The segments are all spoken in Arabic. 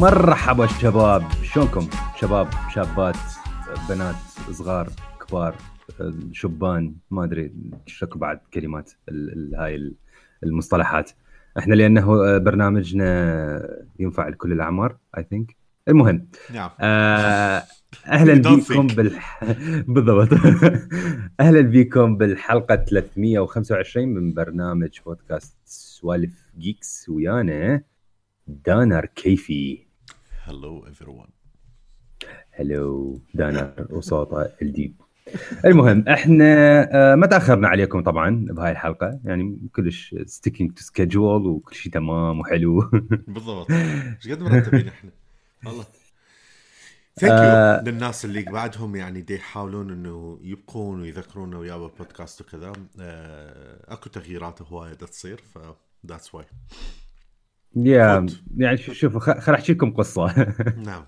مرحبا شباب، شلونكم شباب شابات بنات صغار كبار شبان، ما ادري شكو بعد كلمات هاي المصطلحات. احنا لانه برنامجنا ينفع لكل الاعمار I think. المهم نعم. اهلا We don't بكم think. بالضبط. اهلا بكم بالحلقه 325 من برنامج بودكاست سوالف جيكس، ويانا دانر كيفي. Hello everyone. هلو دانر وصوته الديب. المهم احنا ما تاخرنا عليكم طبعا بهاي الحلقه، يعني كلش sticking to schedule وكل شيء تمام وحلو. بالضبط. ايش قد مرتبين احنا والله. ثانك يو للناس اللي بعدهم يعني دي يحاولون انه يبقون ويذكرونا ويا البودكاست وكذا. اكو تغييرات هوايه تصير ف that's why. يا فوت. يعني شوفوا خل احكي لكم قصه. نعم.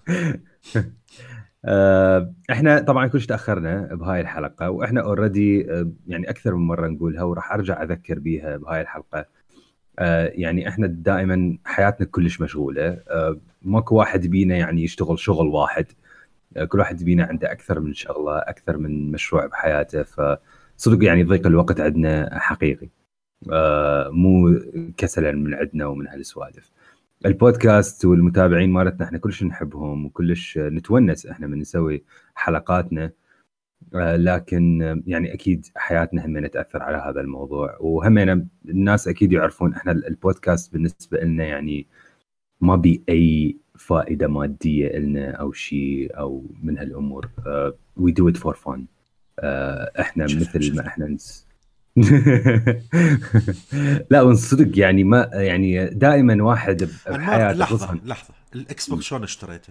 احنا طبعا كلش تاخرنا بهاي الحلقه، واحنا اوريدي يعني اكثر من مره نقولها وراح ارجع اذكر بيها بهاي الحلقه. يعني احنا دائما حياتنا كلش مشغوله، ماكو واحد بينا يعني يشتغل شغل واحد. كل واحد بينا عنده اكثر من شغله، اكثر من مشروع بحياته، فصدق يعني ضيق الوقت عندنا حقيقي، مو كسلا من عندنا ومن هالسوالف. البودكاست والمتابعين مالتنا احنا كلش نحبهم وكلش نتونس احنا من نسوي حلقاتنا، لكن يعني اكيد حياتنا همنا تاثر على هذا الموضوع، وهمنا الناس اكيد يعرفون احنا البودكاست بالنسبه لنا يعني ما بي اي فائده ماديه لنا او شيء او من هالامور. we do it for fun. احنا مثل ما احنا لا ونصدق يعني ما يعني دائما واحد بحياته خصوصا. لحظه الاكس بوكس شلون اشتريته؟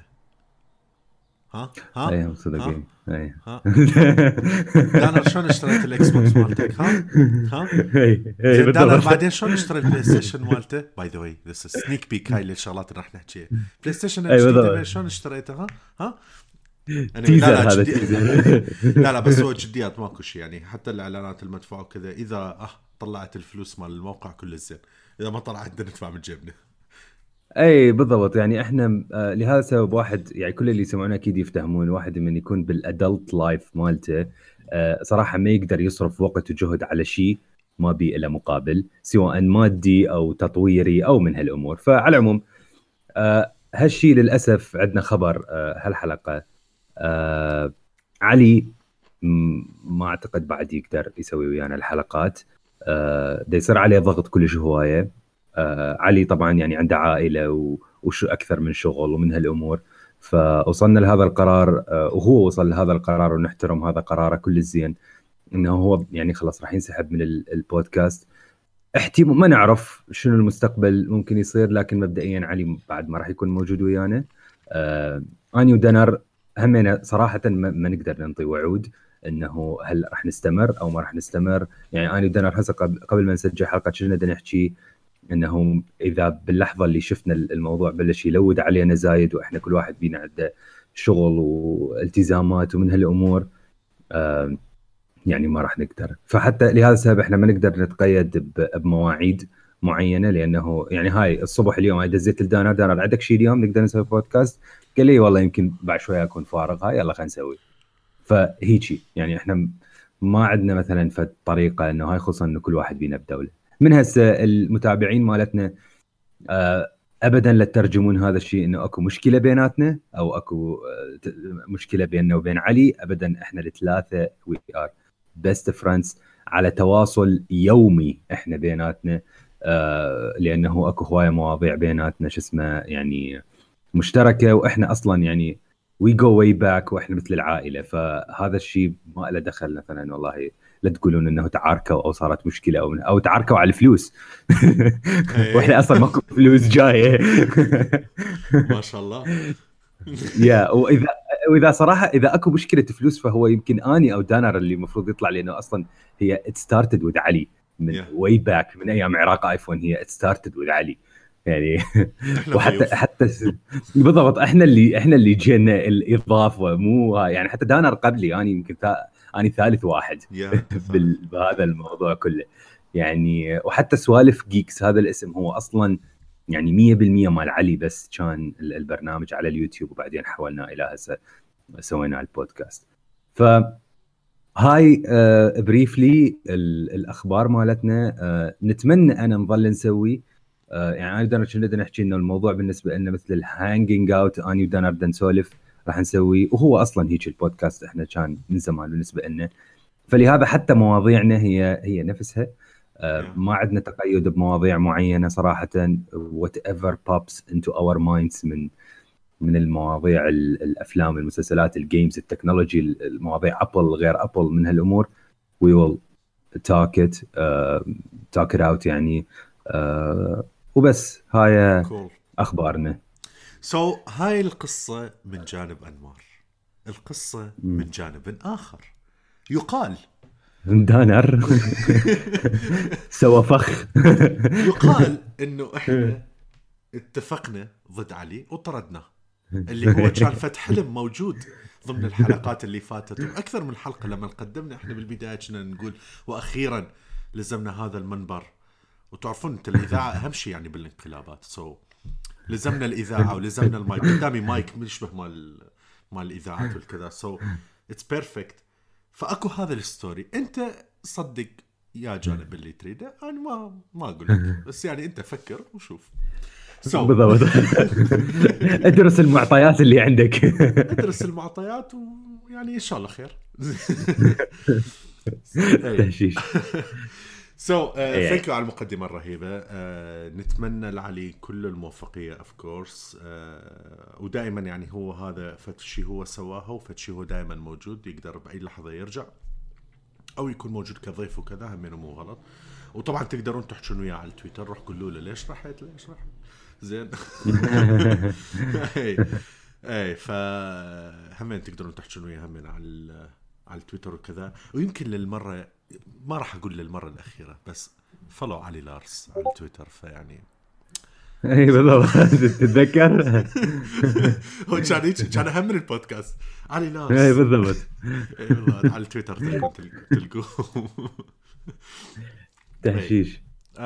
ها اي صدق اي. دانر شلون اشتريت الاكس بوكس مالتك؟ اي زين دانر بالضبط. بعدين شلون اشترى البلاي ستيشن مالته؟ باي ذا واي ذس سنيك بيك هاي الشغلات اللي راح نحكيها. بلاي ستيشن اي الجديده بالضبط. شلون اشتريته؟ ها تيزر هذا تيزر. لا بس هو جديات ماكو شيء يعني، حتى الاعلانات المدفوعه وكذا اذا طلعت الفلوس مال الموقع كل زين، اذا ما طلعت بدنا ندفع من جيبنا. اي بالضبط. يعني احنا لهذا السبب واحد يعني كل اللي يسمعونا اكيد يفتهمون، واحد من يكون بالادلت لايف مالته صراحه ما يقدر يصرف وقت وجهد على شيء ما بي له مقابل، سواء مادي او تطويري او من هالامور. فعلى العموم هالشيء للاسف عندنا خبر هالحلقه. علي ما اعتقد بعد يقدر يسوي ويانا الحلقات، ده يصير عليه ضغط كلش هوايه. علي طبعا يعني عنده عائله وشو اكثر من شغل ومن هالامور، فوصلنا لهذا القرار، وهو وصل لهذا القرار ونحترم هذا قراره كل الزين، انه هو يعني خلاص راح ينسحب من البودكاست. احتمال ما نعرف شنو المستقبل ممكن يصير، لكن مبدئيا علي بعد ما راح يكون موجود ويانا. اني ودنر همنا صراحه ما نقدر ننطي وعود انه هل راح نستمر او ما راح نستمر. يعني اني ودنر هسه قبل ما نسجل حلقه كنا بدنا نحكي انه اذا باللحظه اللي شفنا الموضوع بلش يلود علينا زايد، واحنا كل واحد بينا عنده شغل والتزامات ومن هالامور، يعني ما راح نقدر. فحتى لهذا السبب احنا ما نقدر نتقيد بمواعيد معينه، لانه يعني هاي الصبح اليوم هاي دزيت الدانر عندك شيء اليوم نقدر نسوي بودكاست؟ قال لي والله يمكن بعد شويه اكون فارغ، هاي يلا خلينا نسوي. فهيجي يعني احنا ما عندنا مثلا طريقه انه هاي، خصوصا انه كل واحد بينا بدوله. من هسه المتابعين مالتنا ابدا لا تترجمون هذا الشيء انه اكو مشكله بيناتنا او اكو مشكله بيننا وبين علي. ابدا احنا الثلاثه وي ار بيست فريندز، على تواصل يومي احنا بيناتنا، لانه اكو هوايه مواضيع بيناتنا شو اسمه يعني مشتركه، واحنا اصلا يعني وي جو واي باك، واحنا مثل العائله. فهذا الشيء ما له دخل مثلا والله لا تقولون انه تعاركوا او صارت مشكله او تعاركوا على الفلوس. واحنا اصلا ماكو فلوس جايه. ما شاء الله. يا واذا صراحه اذا اكو مشكله فلوس فهو يمكن اني او دانر اللي المفروض يطلع، لانه اصلا هي ات ستارتد وذ علي من واي باك، من ايام عراق ايفون هي ات ستارتد وذ علي يعني. وحتى بالضبط احنا اللي جينا الاضافه، مو يعني حتى دانر قبلي، انا يمكن اني ثالث واحد بهذا الموضوع كله يعني. وحتى سوالف جيكس هذا الاسم هو اصلا يعني 100% مال علي بس كان البرنامج على اليوتيوب، وبعدين حولنا الى هسه سوينا البودكاست. فهاي بريفلي الاخبار مالتنا. نتمنى انا نظل نسوي يعني انا كنا نحكي انه الموضوع بالنسبه لنا مثل الهانجينج اوت، اني ودنا نبدا نسولف راح نسوي، وهو اصلا هيك البودكاست احنا كان من زمان بالنسبه لنا. فلهذا حتى مواضيعنا هي نفسها. yeah. ما عندنا تقيد بمواضيع معينه صراحه. whatever pops into our minds من المواضيع، الافلام، المسلسلات، الجيمز، التكنولوجي، المواضيع ابل غير ابل، من هالامور we will talk it out يعني. وبس هاي cool. اخبارنا. هاي القصة من جانب أنمار. القصة من جانب آخر يقال دانر سوى فخ. يقال انه احنا اتفقنا ضد علي وطردناه، اللي هو كان فتح حلم موجود ضمن الحلقات اللي فاتت، واكثر من حلقه لما قدمنا احنا بالبدايه كنا نقول واخيرا لزمنا هذا المنبر. وتعرفون انت الاذاعه اهم شيء يعني بالانقلابات، لزمنا الاذاعه ولزمنا المايك. قدامي مايك يشبه مال الاذاعات والكذا، اتس بيرفكت. فاكو هذا الستوري، انت صدق يا جانب اللي تريده، انا ما اقول لك، بس يعني انت فكر وشوف. بالضبط. ادرس المعطيات اللي عندك. ادرس المعطيات ويعني ان شاء الله خير. تهشيش. ثانك يو على المقدمة الرهيبة. نتمنى لعلي كل الموفقية اوف كورس. ودائما يعني هو هذا فتشي هو سواها، وفتشي هو دائما موجود، يقدر بأي لحظة يرجع او يكون موجود كضيف وكذا، همينه مو غلط. وطبعا تقدرون تحجون وياه على التويتر، روح قولوا له ليش رحت زين. اي فهمين تقدرون تحجون وياه همين على التويتر وكذا. ويمكن للمرة، ما راح اقول للمرة الأخيرة، بس فولو علي لارس على التويتر. فيعني اي بالضبط. تتذكر هو كان اهم من البودكاست علي لارس. اي بالضبط. اي والله على التويتر تلقوه. تهشيش.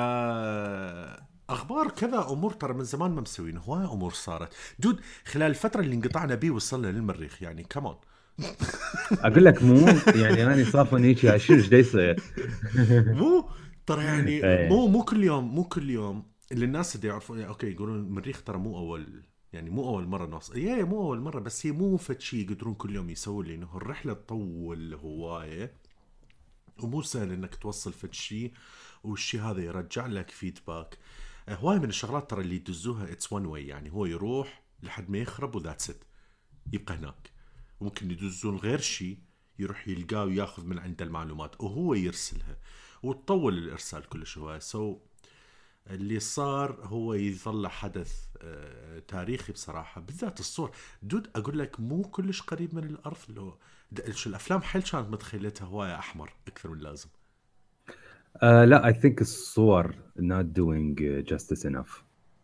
اخبار كذا امور ترى من زمان ما مسوين، هواي امور صارت دود خلال الفتره اللي انقطعنا بيه. وصلنا للمريخ يعني كمان. اقول لك مو يعني اني صافن هيك عشان ايش يصير. مو ترى يعني مو كل يوم اللي الناس اللي يعرفون اوكي يقولون المريخ ترى مو اول، يعني مو اول مره نوصل. مو اول مره، بس هي مو فد شيء يقدرون كل يوم يسوون، لانه الرحله تطول هوايه، ومو سهل انك توصل فد شيء والشيء هذا يرجع لك فيدباك. هواي من الشغلات ترى اللي يدزوها اتس وان واي، يعني هو يروح لحد ما يخرب وذاتس ات، يبقى هناك. وممكن يدزون غير شيء، يروح يلقاه وياخذ من عنده المعلومات وهو يرسلها، وتطول الارسال كل شويه. اللي صار هو يظل حدث تاريخي بصراحه، بالذات الصور دود. اقول لك مو كلش قريب من الارض. لو شو الافلام حيل كانت متخيلتها هوايه احمر اكثر من لازم. لا I think الصور not doing justice enough.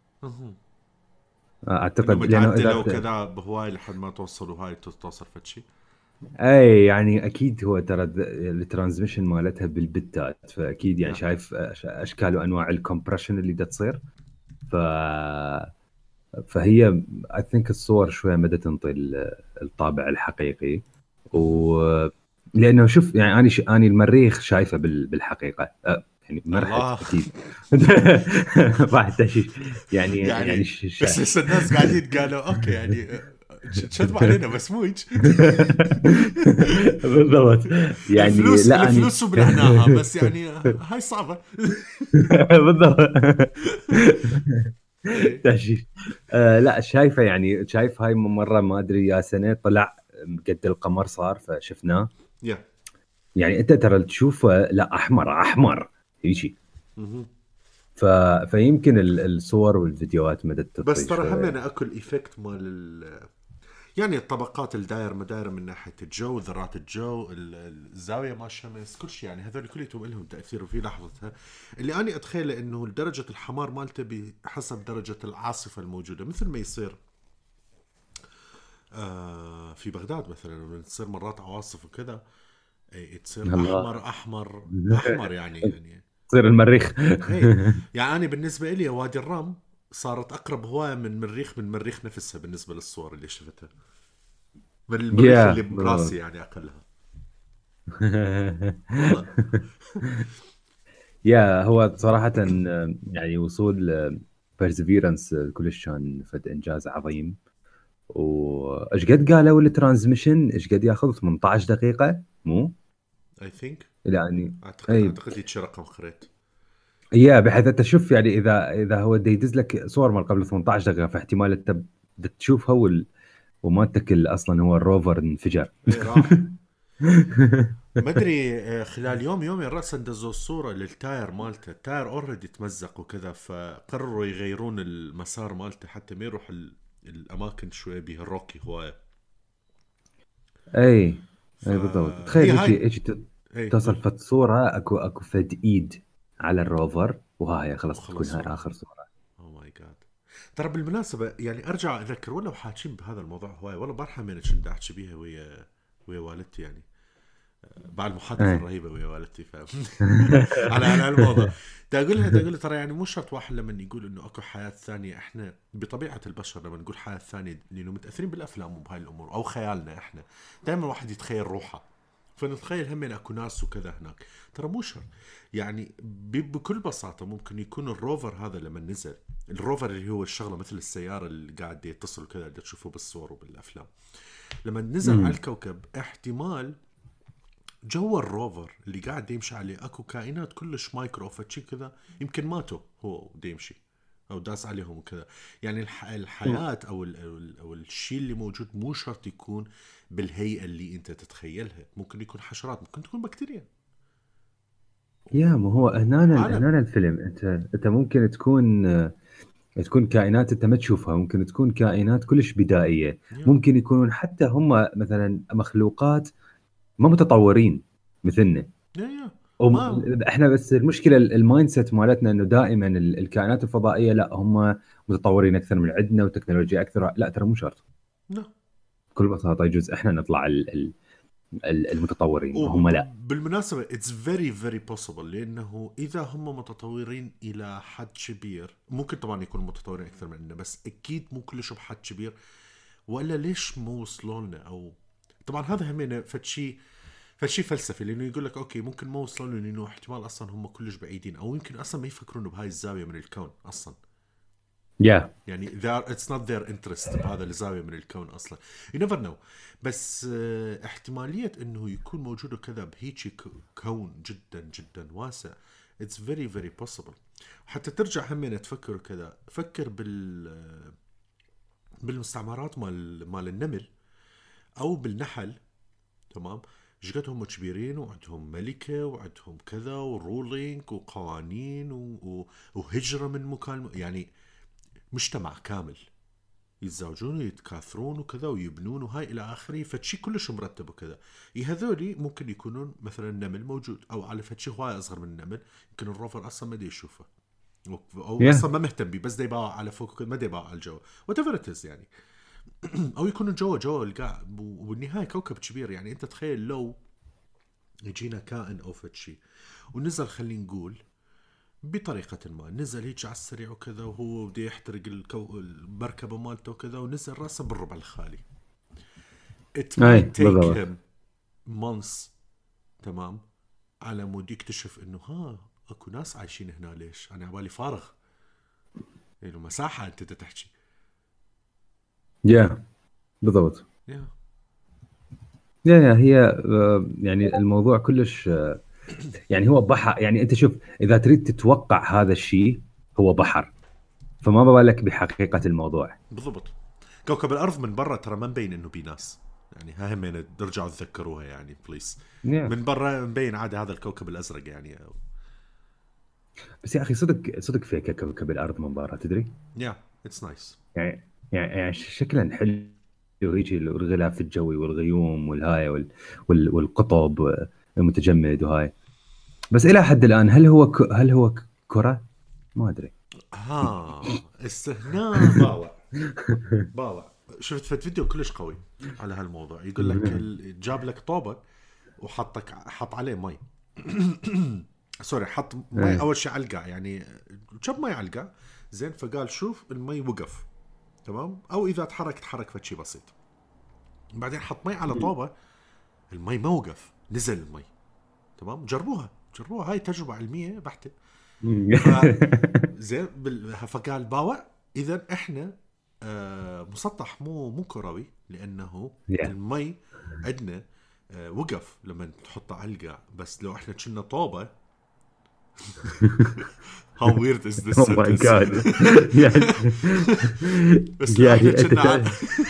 اعتقد لانه متعدله وكذا بهواي لحد ما توصلوا هاي توصل فد اي يعني اكيد هو ترى الترانزميشن مالتها بالبتات، فاكيد يعني شايف اشكال وانواع الكومبريشن اللي دا تصير. فهي I think الصور شويه مدى تنطي الطابع الحقيقي. لانه شوف يعني اني المريخ شايفه بالحقيقه. يعني مرحت اكيد. راح تشيش يعني بس الناس قاعدين قالوا اوكي يعني شد علينا بس مو هيك. بالضبط يعني الفلوس وبلعناها، بس يعني هاي صعبه. بالضبط. تشيش. لا شايفه يعني شايف هاي مره ما ادري يا سنه طلع قد القمر صار فشفناه. يعني انت ترى تشوفه لا احمر هيجي. فيمكن الصور والفيديوهات مدت تطيش. بس ترى هم انا اكل ايفكت مال يعني الطبقات الداير مدايره من ناحيه الجو، ذرات الجو، الزاويه مال الشمس، كل شيء. يعني هذول كلهم لهم تاثير في لحظتها. اللي اني اتخيله انه درجه الحمار مالته بحسب درجه العاصفه الموجوده، مثل ما يصير في بغداد مثلا لما تصير مرات عواصف وكذا، تصير احمر يعني تصير المريخ. يعني انا بالنسبه لي وادي الرام صارت اقرب هوايه من مريخ نفسها بالنسبه للصور اللي شفتها، من المريخ اللي براسي يعني اقلها. والله. يا هو صراحة يعني وصول بيرسيفيرنس كلش كان فد إنجاز عظيم. وإيش قد قالوا الترانزميشن إيش قد ياخذ 18 دقيقة مو اي ثينك، يعني. أي اعتقد هيك رقم قريت. يا بحيث أنت تشوف يعني إذا هو دا يدز لك صور من قبل 18 دقيقة، فاحتمال أنت تشوفها وما تكل أصلا هو الروفر انفجر. ايه راح. ما ادري خلال يومين راسا دزوا الصوره للتاير مالته، التاير اوريدي تمزق وكذا، فقرروا يغيرون المسار مالته حتى ما يروح الاماكن شويه بيه الروكي هوايه. اي اي بالضبط. فهي تخيل هاي. هيك اي تصل قول. فد صورة اكو فد ايد على الروفر، وهاي خلاص تكون وخلص هاي صورة. اخر صورة. او ماي جاد. ترى بالمناسبة يعني ارجع اذكر ولو حاكين بهذا الموضوع هواي، والله بارحة من كنت احكي بيها ويا والدتي يعني، بعد المحادثة اي الرهيبة ويا والدتي فاهم. على الموضوع. دا اقول لها ترى يعني مو شرط واحد لما يقول انه اكو حياة ثانية، احنا بطبيعة البشر لما نقول حياة ثانية لانه متأثرين بالافلام وبهاي الامور او خيالنا احنا، دائما واحد يتخيل روحه، فنتخيل هم اكو ناس وكذا هناك. ترى مو شرط يعني، بكل بساطة ممكن يكون الروفر هذا لما نزل، الروفر اللي هو الشغلة مثل السيارة اللي قاعد يتصل كذا اللي تشوفه بالصور وبالافلام، لما نزل على امم الكوكب احتمال جوا الروفر اللي قاعد يمشي عليه اكو كائنات كلش مايكرو فتشي كذا، يمكن ماتوا هو ودي يمشي او داس عليهم وكذا. يعني الحياة او الشيء اللي موجود مو شرط يكون بالهيئة اللي انت تتخيلها، ممكن يكون حشرات، ممكن تكون بكتيريا. يا ما هو عالم. هنا الفيلم انت ممكن تكون كائنات انت ما تشوفها، ممكن تكون كائنات كلش بدائية، يا ممكن يكونون حتى هم مثلا مخلوقات ما متطورين مثلنا. يا ما احنا بس المشكله المايند سيت مالتنا انه دائما الكائنات الفضائيه لا هم متطورين اكثر من عندنا وتكنولوجيا اكثر. لا ترى مو شرط. لا. بكل بساطه يجوز احنا نطلع المتطورين وهم لا. وبالمناسبة it's very very possible، لأنه إذا هم متطورين إلى حد كبير ممكن طبعا يكونوا متطورين أكثر مننا، بس أكيد مو كلش بحد كبير، ولا ليش مو وصلوا لنا؟ أو طبعا هذا همينة فشي فلسفي، لأنه يقول لك أوكي ممكن ما وصلوا لنا لأنه احتمال أصلا هم كلش بعيدين، أو يمكن أصلا ما يفكرون بهاي الزاوية من الكون أصلا. يا يعني it's not their interest بهذا الزاوية من الكون أصلا. you never know. بس احتمالية أنه يكون موجود كذا بهيجي كون جدا جدا واسع it's very very possible. حتى ترجع همين تفكر كذا، فكر بالمستعمرات مال النمل أو بالنحل. تمام. جد هم كبيرين وعندهم ملكة وعندهم كذا ورولينج وقوانين وهجرة من مكان، يعني مجتمع كامل يتزوجون ويتكاثرون وكذا ويبنون وهاي الى اخره، فشي كلش مرتب وكذا. هذولي ممكن يكونون مثلا نمل موجود او على فشي هواي اصغر من النمل، يمكن الروفر اصلا ما دي يشوفه او يا اصلا ما مهتم بيه، بس دي يباع على فوق وكذا، ما دي يباع على الجو وات يعني. او يكونوا جوا القاع، والنهايه كوكب كبير. يعني انت تخيل لو يجينا كائن او فشي ونزل، خلينا نقول بطريقة ما نزل هيك على السريع وكذا، وهو بده يحترق المركبة مالته وكذا، ونزل راسه بالربع الخالي. It اي might take بالضبط. him months. تمام. على مود يكتشف انه اكو ناس عايشين هنا، ليش انا عبالي فارغ، يعني مساحة انت تحكي. يا بالضبط. yeah. يا هي يعني الموضوع كلش يعني هو بحر. يعني انت شوف اذا تريد تتوقع هذا الشيء هو بحر، فما بالك بحقيقه الموضوع. بالضبط. كوكب الارض من برا ترى ما مبين انه بي ناس، يعني ها همين ترجعوا تذكروها يعني بليز. yeah. من برا مبين عادي هذا الكوكب الازرق يعني. بس يا اخي صدق صدق في كوكب الارض من برا تدري. اتس نايس. يعني شكلا حلو هيك الغلاف الجوي والغيوم والهاي والقطب المتجمد وهاي. بس الى حد الان هل هو كره؟ ما ادري. استهناء باوع. شفت فيديو كلش قوي على هالموضوع، يقول لك جاب لك طوبة وحط عليه مي سوري حط مي اول شيء على القاع، يعني جاب مي على القاع زين. فقال شوف المي وقف تمام، او اذا تحرك فشي بسيط. بعدين حط مي على طوبه، المي ما وقف، نزل المي تمام. جربوها هاي تجربه علميه بحته. زين فقال باوع اذا احنا مسطح مو كروي، لانه المي عندنا وقف لما تحطه على القاع، بس لو احنا كنا طوبه. How weird is this Oh my god. يعني بس لو احنا كنا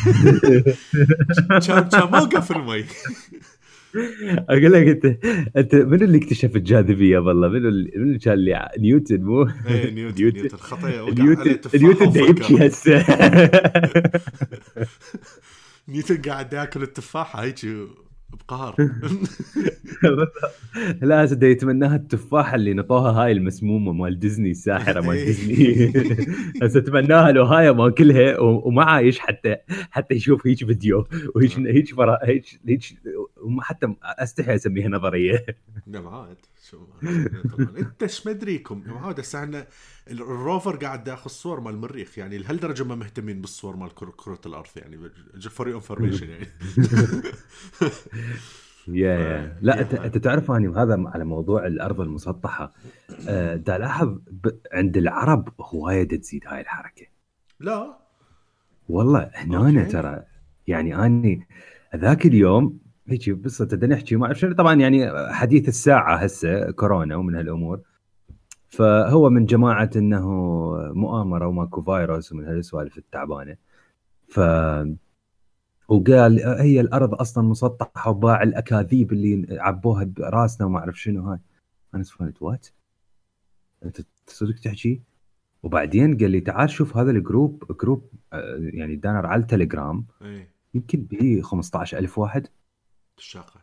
كان موقف المي. اقول لك انت من اللي اكتشف الجاذبيه؟ والله من اللي كان اللي نيوتن؟ مو ايه نيوتن خطيه وقع عليه نيوتن تفاحه ده يبكي هسه. نيوتن قاعد ياكل التفاحه هيك بقهر. لا هسه يتمناها التفاحه اللي نطوها هاي المسمومه مال ديزني، الساحره مال ديزني. هسه تمناها له هاي ما كلها وما عايش حتى يشوف هيك فيديو هيك حتى استحي اسميها نظريه. نعم عاد شو انت ايش مدريكم يا عاد. هسه عندنا الروفر قاعد ياخذ صور مال المريخ، يعني لهالدرجه ما مهتمين بالصور مال كره الارض، يعني فور انفورميشن يعني. يا لا انت تعرف اني وهذا على موضوع الارض المسطحه. دا لاحظ عند العرب هوايه تزيد هاي الحركه. لا والله هنا ترى يعني اني ذاك اليوم هيك بس تدني احكي ما اعرف شنو، طبعا يعني حديث الساعه هسه كورونا ومن هالامور، فهو من جماعه انه مؤامره وماكو فيروس ومن هالسوالف التعبانه. ف وقال هي الارض اصلا مسطحه وباع الاكاذيب اللي عبوها براسنا وما اعرف شنو هاي. انا سفلت وات انت صدق تحكي؟ وبعدين قال لي تعال شوف هذا جروب يعني دانر على التليجرام يمكن به 15,000 واحد الشاقة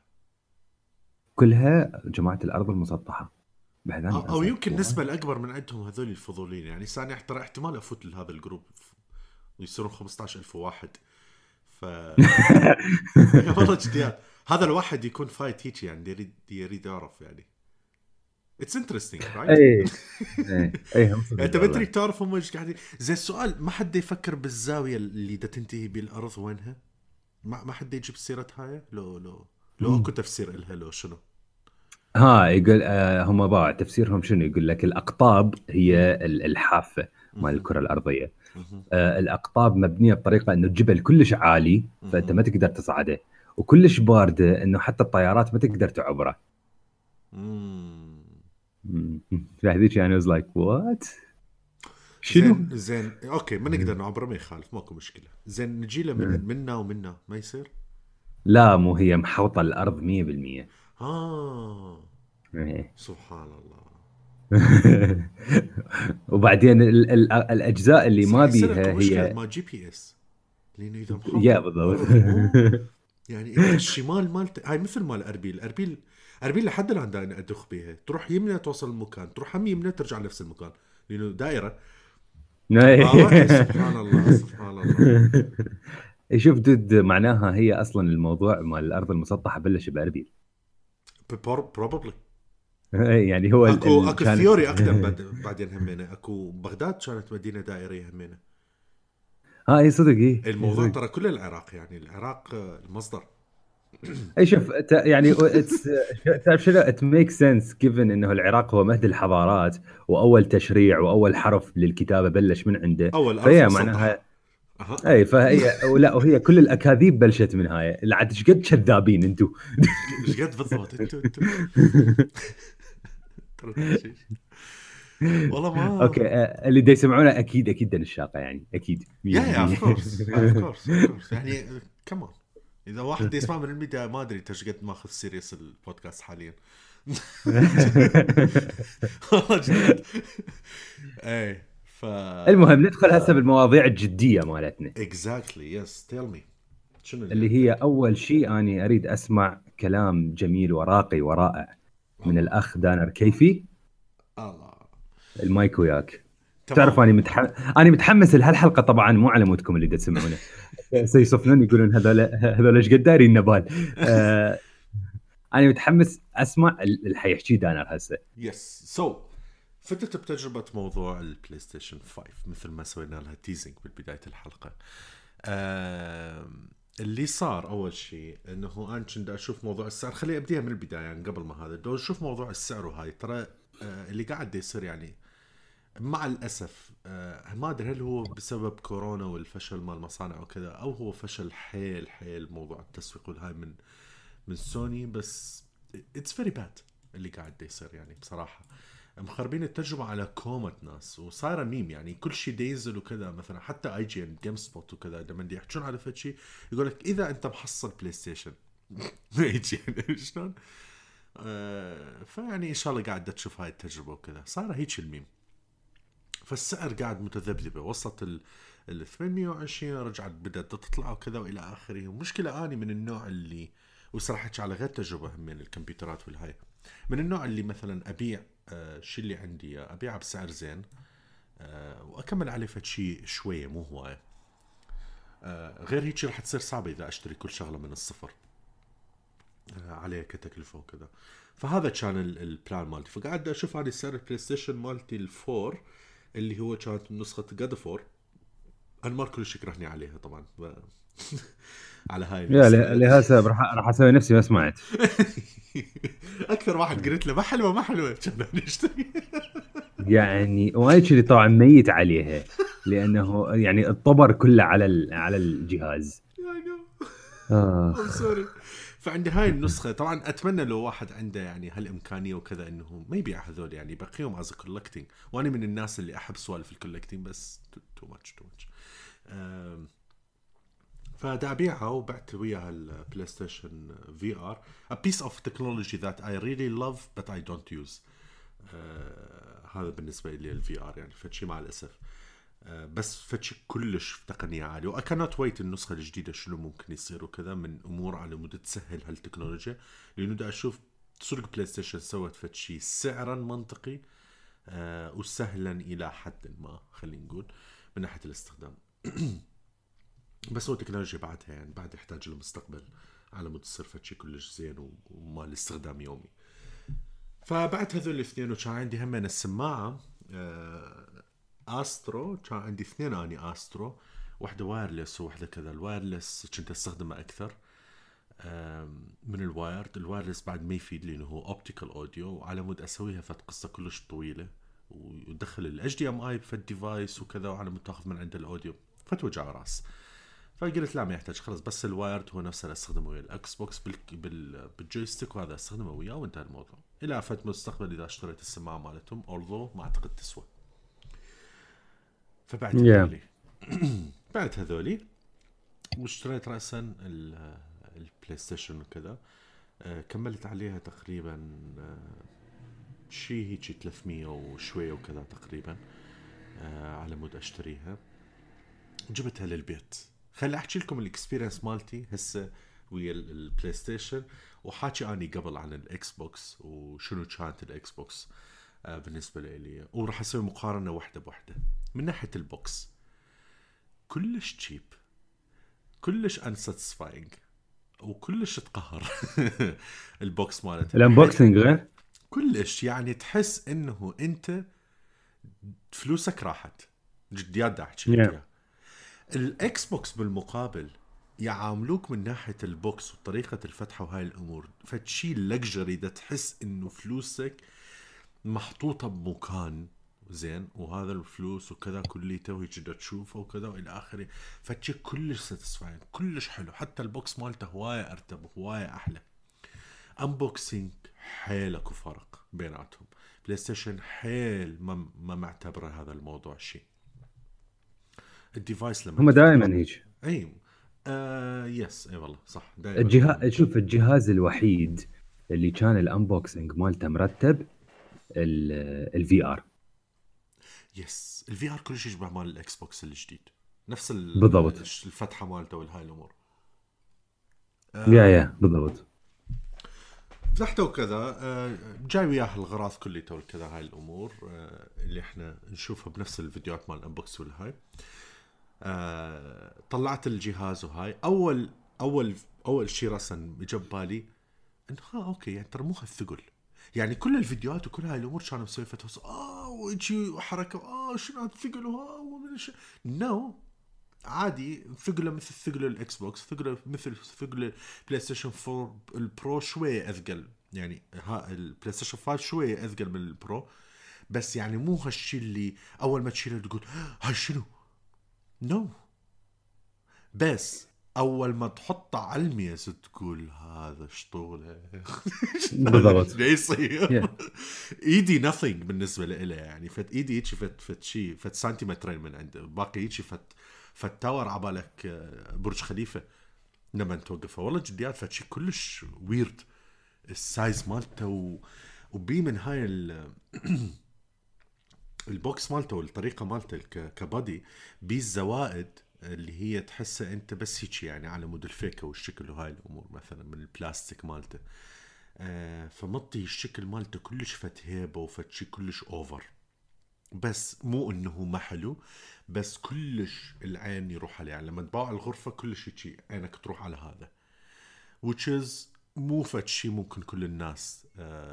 كلها جماعه الارض المسطحه. او يمكن نسبه الاكبر من عندهم هذول الفضولين، يعني ثاني احتمال افوت لهذا الجروب ويصيرون 15,000 واحد. ف والله جديات هذا الواحد يكون فايت هيك يعني يريد يعرف يعني. It's interesting right؟ اي انت بدري تعرف هم ايش قاعدين. زي السؤال ما حد يفكر بالزاويه اللي دا تنتهي بالارض وينها، ما حد يجيب سيره هاي. لو اكو تفسير لها لو شنو. يقول هم باع تفسيرهم شنو، يقول لك الاقطاب هي الحافه مال الكره الارضيه. الاقطاب مبنيه بطريقه انه الجبل كلش عالي فانت ما تقدر تصعده، وكلش بارده انه حتى الطيارات ما تقدر تعبره. فهذيك يعني was like what شنو زين اوكي ما نقدر نعبره ما يخالف ماكو مشكله. زين نجي له منا ومنا ما يصير. لا مو هي محوطه الارض 100%. سبحان الله. وبعدين الاجزاء اللي ما بيها هي ما جي بي اس لانه اذا يا بالضبط. يعني الشمال مالته هاي مثل مال اربيل لحد الان دايما ادخ بيها، تروح يمنى توصل المكان، تروح هم يمنى ترجع لنفس المكان لانه دائره. سبحان الله. شوف دود معناها هي اصلا الموضوع مال الارض المسطحه بلش باربيل probably. يعني هو اكو ثيوري اقدم بعدين همينه اكو بغداد كانت مدينه دائريه همينه. اي صدق الموضوع ترى كل العراق، يعني العراق المصدر. اي شوف يعني تعرف شنو it makes sense given انه العراق هو مهد الحضارات واول تشريع واول حرف للكتابه بلش من عنده، فهي معناها اي فهي وهي كل الاكاذيب بلشت من هاي. لا عاد ايش قد كذابين انتم ايش قد بالضبط انتم والله ما اوكي اللي دا يسمعونا اكيد دن الشاقه يعني اكيد يا اوف كورس يعني كمان اذا واحد يسمع من الميديا ما ادري ايش قد ماخذ سيريس البودكاست حاليا. اي المهم ندخل هسه بالمواضيع الجديه مالتنا. exactly yes tell me شنو اللي هي اول شيء اني اريد اسمع كلام جميل وراقي ورائع من الاخ دانر كيفي. الله المايك وياك. تعرف اني متحمس لهالحلقه طبعا مو على مودكم اللي تسمعونه سيصفنون يقولون هذول ايش قد دارين نبال. انا متحمس اسمع اللي حيحكي دانر هسه. يس سو فتت بتجربة موضوع البلاي ستيشن 5 مثل ما سوينا لها تيزنج بالبداية الحلقة. اللي صار أول شيء إنه أنا كنت أشوف موضوع السعر. خليني أبديها من البداية يعني قبل ما هذا دو أشوف موضوع السعر وهاي ترى اللي قاعد يصير يعني مع الأسف ما أدري هل هو بسبب كورونا والفشل مال المصانع وكذا أو هو فشل حيل موضوع التسويق والهاي من سوني. بس it's very bad اللي قاعد يصير يعني بصراحة مخربين التجربة على كومة ناس وصايرة ميم يعني كل شيء ديزل وكذا. مثلا حتى اي جي ان جيم سبوت وكذا لما دي يحكون على فشي يقول لك اذا انت محصل بلاي ستيشن اي جي ان شلون فيعني ان شاء الله قاعد تشوف هاي التجربة وكذا صايرة هيك الميم. فالسعر قاعد متذبذبة وصلت ال 820 رجعت بدأت تطلع وكذا والى اخره. ومشكلة اني من النوع اللي وصراحة على غير تجربة من الكمبيوترات والهاي من النوع اللي مثلا ابيع شيء اللي عندي ابيعه بسعر زين واكمل عليه فد شيء شويه مو هوايه. غير هيك راح تصير صعبه اذا اشتري كل شغله من الصفر عليه كتكلفه وكذا. فهذا كان البلان مالتي. فقاعد اشوف هذه سعر البلاي ستيشن مالتي الفور اللي هو كانت نسخه جاد فور. انا ما كل شيء كرهني عليها طبعا على هاي يا النسخه لهسه راح اسوي نفسي ما سمعت. اكثر واحد قلت له ما حلوه كان نشتري. يعني وايد اللي طبعا ميت عليها لانه يعني الطبر كله على الجهاز. I'm sorry. فعندي هاي النسخة طبعا أتمنى لو واحد عنده يعني هالإمكانية وكذا إنه ما يبيع هذول يعني بقيهم از كولكتنج. وأنا من الناس اللي أحب سوالف الكولكتنج بس تو ماتش. فدا أبيعها وبعت وياها البلاي ستيشن في ار a piece of technology that I really love but I don't use. هذا بالنسبة لي الفي ار يعني فشي مع الأسف بس فتشي كلش تقنية عالية وأكانت ويت النسخة الجديدة شنو ممكن يصير وكذا من أمور على مود تسهل هالتكنولوجيا. لأنه دا أشوف سوق بلاي ستيشن سوت فتشي سعرا منطقي وسهلا إلى حد ما خلينا نقول من ناحية الاستخدام. بس هو التكنولوجيا بعدها يعني بعد يحتاج للمستقبل على مود تصير فتشي كلش زين وما الاستخدام يومي. فبعد هذول الاثنين وكان عندي همين السماعة استرو. كان عندي اثنين اني استرو واحدة وايرلس وواحدة كذا. الوايرلس كنت استخدمه اكثر من الوايرلس بعد ما يفيد لانه هو اوبتيكال اوديو وعلى مود اسويها فت قصة كلش طويلة ودخل الاتش دي ام اي في الديفايس وكذا وعلى مود تاخذ من عند الاوديو فتوجع راس. فقلت لا ما يحتاج خلاص بس الوايرد هو نفسه اللي استخدمه ويا الاكس بوكس بالجويستيك وهذا استخدمه وياه وانتهى الموضوع. الى فت مستقبل اذا اشتريت السماعه مالتهم اولذو ما اعتقد تسوى. فبعد هذولي بعد هذولي واشتريت راسا البلاي ستيشن وكذا. كملت عليها تقريبا شيء هيك 300 وشويه وكذا تقريبا على مود اشتريها. جبتها للبيت. خلي احكي لكم الاكسبيرينس مالتي هسه ويا البلاي ستيشن وحاكي اني قبل عن الاكس بوكس وشنو كانت الاكس بوكس بالنسبه لي. وراح اسوي مقارنه واحده بوحده. من ناحيه البوكس كلش تشيب كلش unsatisfying وكلش تقهر. البوكس مالته الانبوكسنج غير كلش يعني تحس انه انت فلوسك راحت جديات دا احكي الاكس بوكس بالمقابل يعاملوك من ناحية البوكس وطريقة الفتحة وهاي الامور فتشي لكجري دا تحس انه فلوسك محطوطة بمكان زين وهذا الفلوس وكذا كليته وهيك دا تشوفه وكذا والى اخره. فتشي كلش ساتسفاين كلش حلو. حتى البوكس مالته هواية ارتب هواية احلى. انبوكسينج حيل اكو فرق بيناتهم. بلاي ستيشن حيل ما معتبره هذا الموضوع شيء. الديفايس لما هم دائما هيك اي يس اي والله صح دائما الجهاز. شوف الجهاز الوحيد اللي كان الانبوكسنج مالته مرتب الفي ار. يس الفي ار كلش يشبه مال الاكس بوكس الجديد نفس بالضبط الفتحه مالته والهاي الامور يا بالضبط. فتحته وكذا جاي وياه الغراض كليته وكذا هاي الامور اللي احنا نشوفها بنفس الفيديوهات مال الانبوكس والهاي. طلعت الجهاز وهاي اول شيء راسا جاب بالي انه اوكي يعني ترى مو هالثقل. يعني كل الفيديوهات وكل هاي الامور كانوا مسوي فتوس ويجي وحركه الثقل نو عادي. ثقله مثل ثقل الاكس بوكس، ثقله مثل ثقل بلاي ستيشن 4 البرو، شويه اثقل يعني. البلاي ستيشن 5 شويه اثقل من البرو، بس يعني مو هالشي اللي اول ما تشيله تقول هاي شنو. نو بس اول ما تحطه على الميز تقول هذا شطوله. هذا بالضبط. شو يصير. yeah. ايدي nothing بالنسبه له يعني. فت ايدي هيك فت شيء فت سنتيمترين من عنده، باقي هيك فت تاور عبالك برج خليفه لما توقفه. والله جديات فت شيء كلش ويرد السايز مالته وبي من هاي البوكس مالته والطريقه مالته كبادي بي الزوائد اللي هي تحسها انت بس هيك يعني على مود الفيكه والشكل وهاي الامور مثلا من البلاستيك مالته. فمطي الشكل مالته كلش فت هيبه وفت شي كلش اوفر، بس مو انه ما حلو، بس كلش العين يروح عليه. يعني لما تباع الغرفه كلش هيك عينك تروح على هذا، which is مو فت شي ممكن كل الناس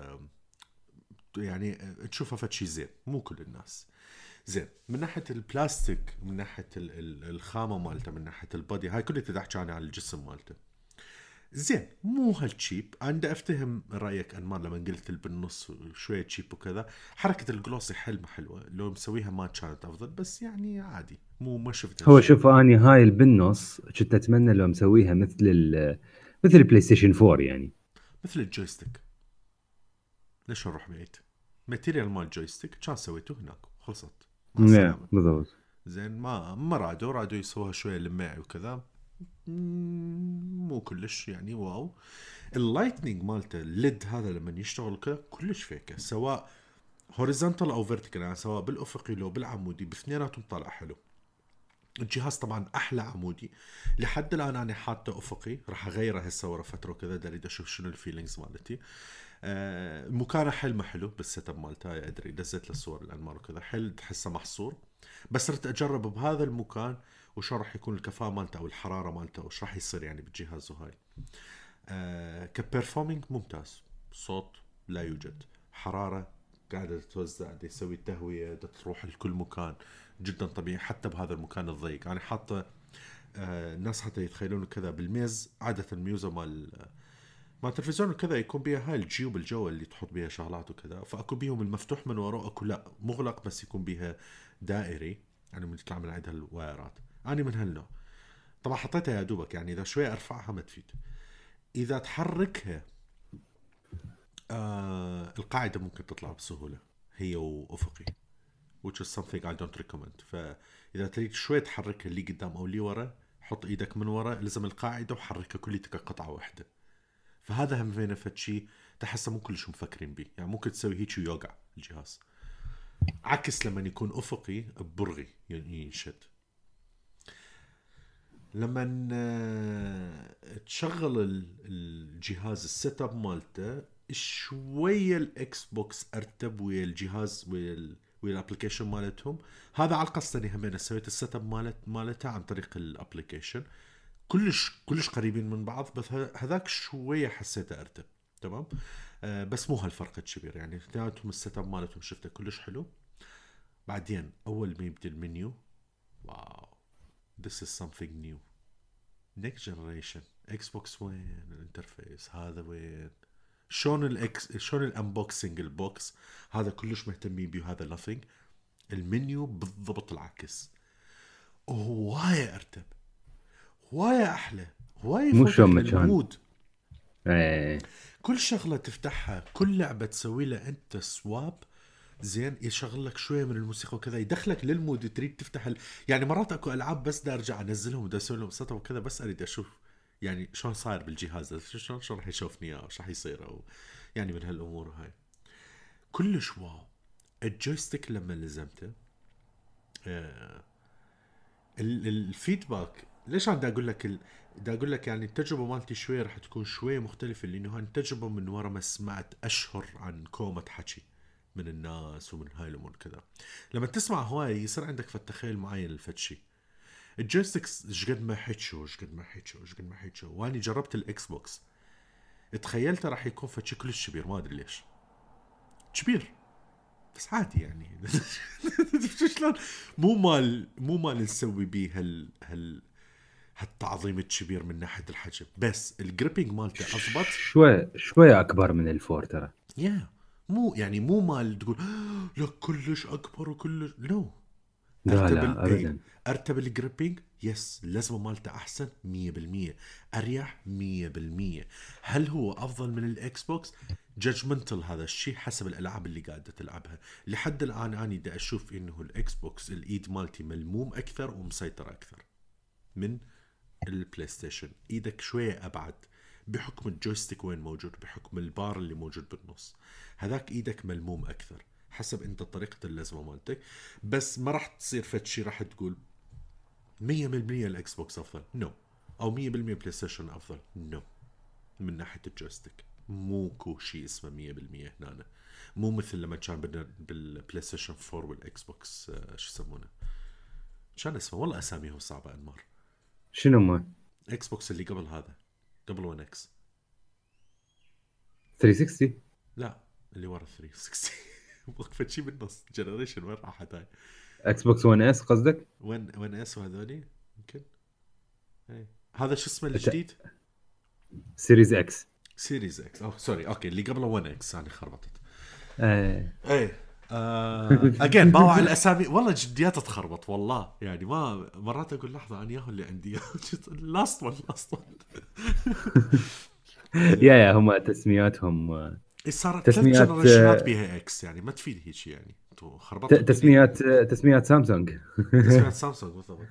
يعني تشوفها فت شي زين، مو كل الناس زين. من ناحيه البلاستيك، من ناحيه الخامه مالته، من ناحيه البادي، هاي كلها تحكي عن الجسم مالته زين، مو هالتشيب. انا افتهم رايك انمار لما قلت بالنص شويه تشيب وكذا. حركه الجلوسي حلمه حلوه، لو مسويها ما كانت افضل، بس يعني عادي، مو ما شفت هو هالشي. شوف اني هاي اللي بالنص كنت اتمنى لو مسويها مثل البلاي ستيشن 4 يعني. مثل الجويستيك. ليش نروح بعيد؟ ماتيريال مال الجويستيك كان سويته هناك خلصت مع السلامه. بالضبط. زين ما رادوا يسووها شويه لماعي وكذا، مو كلش يعني واو. اللايتنينج مالته الليد هذا لما يشتغل كذا كلش فيكه، سواء هوريزونتال او فيرتيكال، يعني سواء بالافقي لو بالعمودي باثنيناتهم طالع حلو. الجهاز طبعا احلى عمودي لحد الان. انا حاطه افقي، راح اغيره هسه ورا فتره وكذا، اريد اشوف شنو الفيلينجز مالتي. مكانه حلو حلو بالسيت اب مالته، ادري دزت له الصور الانمار وكذا، حل تحسه محصور. بس صرت اجرب بهذا المكان وشو راح يكون الكفاءه مالته او الحراره مالته وش راح يصير يعني بالجهاز وهاي. كبرفورمينج ممتاز، صوت لا يوجد، حراره قاعده تتوزع، قاعده يسوي تهويه تروح لكل مكان جدا طبيعي حتى بهذا المكان الضيق. انا حاطه الناس حتى يتخيلون كذا بالميز، عاده الميوزه مال التلفزيون وكذا يكون بيها هاي الجيوب الجو اللي تحط بيها شغلات وكذا، فاكو بيهم المفتوح من وراء، اكو لا مغلق بس يكون بيها دائري يعني من تطلع من عندها الوايرات. انا من هالنوع. طبعا حطيتها يا دوبك يعني، اذا شوي ارفعها ما تفيد. اذا تحركها القاعده ممكن تطلع بسهوله هي وافقي، which is something I don't recommend. فاذا تريد شوي تحركها اللي قدام او اللي ورا، حط ايدك من ورا الزم القاعده وحركها كلها قطعه واحده. فهذا هم فينا فتشي تحسه مو كلش مفكرين به، يعني ممكن تسوي هيك ويوقع الجهاز، عكس لما يكون افقي برغي يعني ينشد. لما تشغل الجهاز السيت اب مالته شويه الاكس بوكس ارتب ويا الجهاز ويا الابلكيشن مالتهم. هذا على القصه همين سويت السيت اب مالته عن طريق الابلكيشن، كلش قريبين من بعض، بس هذاك شويه حسيته ارتب تمام. بس مو هالفرق الكبير يعني، اثنيناتهم السيت اب مالتهم شفته كلش حلو. بعدين اول ما يبدا المنيو، واو this is something new. next generation اكس بوكس وين الانترفيس هذا وين، شلون الانبوكسنج البوكس هذا كلش مهتمين بيه، هذا nothing. المنيو بالضبط العكس، هواية ارتب، هواية احلى، هواية مو شلون يفوتك ما كان. للمود. ايه كل شغلة تفتحها، كل لعبة تسوي لها انت سواب زين، يشغل لك شويه من الموسيقى وكذا، يدخلك للمود تريد تفتح يعني مرات اكو العاب بس دا ارجع انزلهم ودا اسوي لهم سطر وكذا، بس اريد اشوف يعني شلون صاير بالجهاز، شلون راح يشوفني اياه وش راح يصير، او يعني من هالامور هاي كلش واو. الجويستيك لما لزمته الفيدباك، ليش انا دا اقول لك دا اقول لك يعني التجربه مالتي شويه راح تكون شويه مختلفه، لانه هاي التجربه من ورا ما سمعت اشهر عن كومه حكي من الناس ومن هاي الامور كذا. لما تسمع هواي يصير عندك فتخيل معين الفتشي. الجويستيكس شقد ما حكوا، واني جربت الاكس بوكس تخيلته راح يكون فشي كلش كبير، ما ادري ليش كبير، بس عادي يعني. شلون مو مال نسوي بيه هالتعظيم الكبير من ناحيه الحجم، بس الجريبنج مالته اضبط. شوي اكبر من الفور ترى. يا مو يعني مو مال تقول لا كلش اكبر وكلش نو. لا لا ابدا. ارتب الجريبنج يس، اللزمه مالته احسن 100%، اريح 100%. هل هو افضل من الاكس بوكس؟ جادجمنتال هذا الشيء حسب الالعاب اللي قاعده تلعبها. لحد الان انا دا اشوف انه الاكس بوكس الايد مالتي ملموم اكثر ومسيطر اكثر من البلاي ستيشن. ايدك شويه ابعد بحكم الجويستيك وين موجود، بحكم البار اللي موجود بالنص، هذاك ايدك ملموم اكثر حسب انت طريقه اللزمه مالتك. بس ما راح تصير فد شيء راح تقول 100% الاكس بوكس افضل نو، او 100% بلاي ستيشن افضل نو. من ناحيه الجويستيك موكو شيء اسمه 100% هنا. مو مثل لما كان بالبلاي ستيشن 4 والاكس بوكس شو يسمونه، كان اسمه والله اساميهم صعبه انمار. شنو ما اكس بوكس اللي قبل هذا، قبل 1 اكس. 360؟ لا اللي ورا 360. وقفت شيء بالنص جنريشن وين راحت هاي؟ اكس بوكس 1 اس قصدك؟ وين اس وهذولي يمكن. ايه هذا شو اسمه الجديد؟ سيريز اكس. سيريز اكس. اوه سوري اوكي اللي قبله 1 اكس انا خربطت. ايه ايه اجين باوع الاسامي والله جديات تخربط والله يعني. ما مرات اقول لحظه انا ياهو اللي عندي لاست وان. يا هم تسمياتهم. صارت 3 تسميات جنريشنات بيها اكس يعني ما تفيد هيك يعني. انتوا خربطتوا تسميات سامسونج. تسميات سامسونج بالضبط.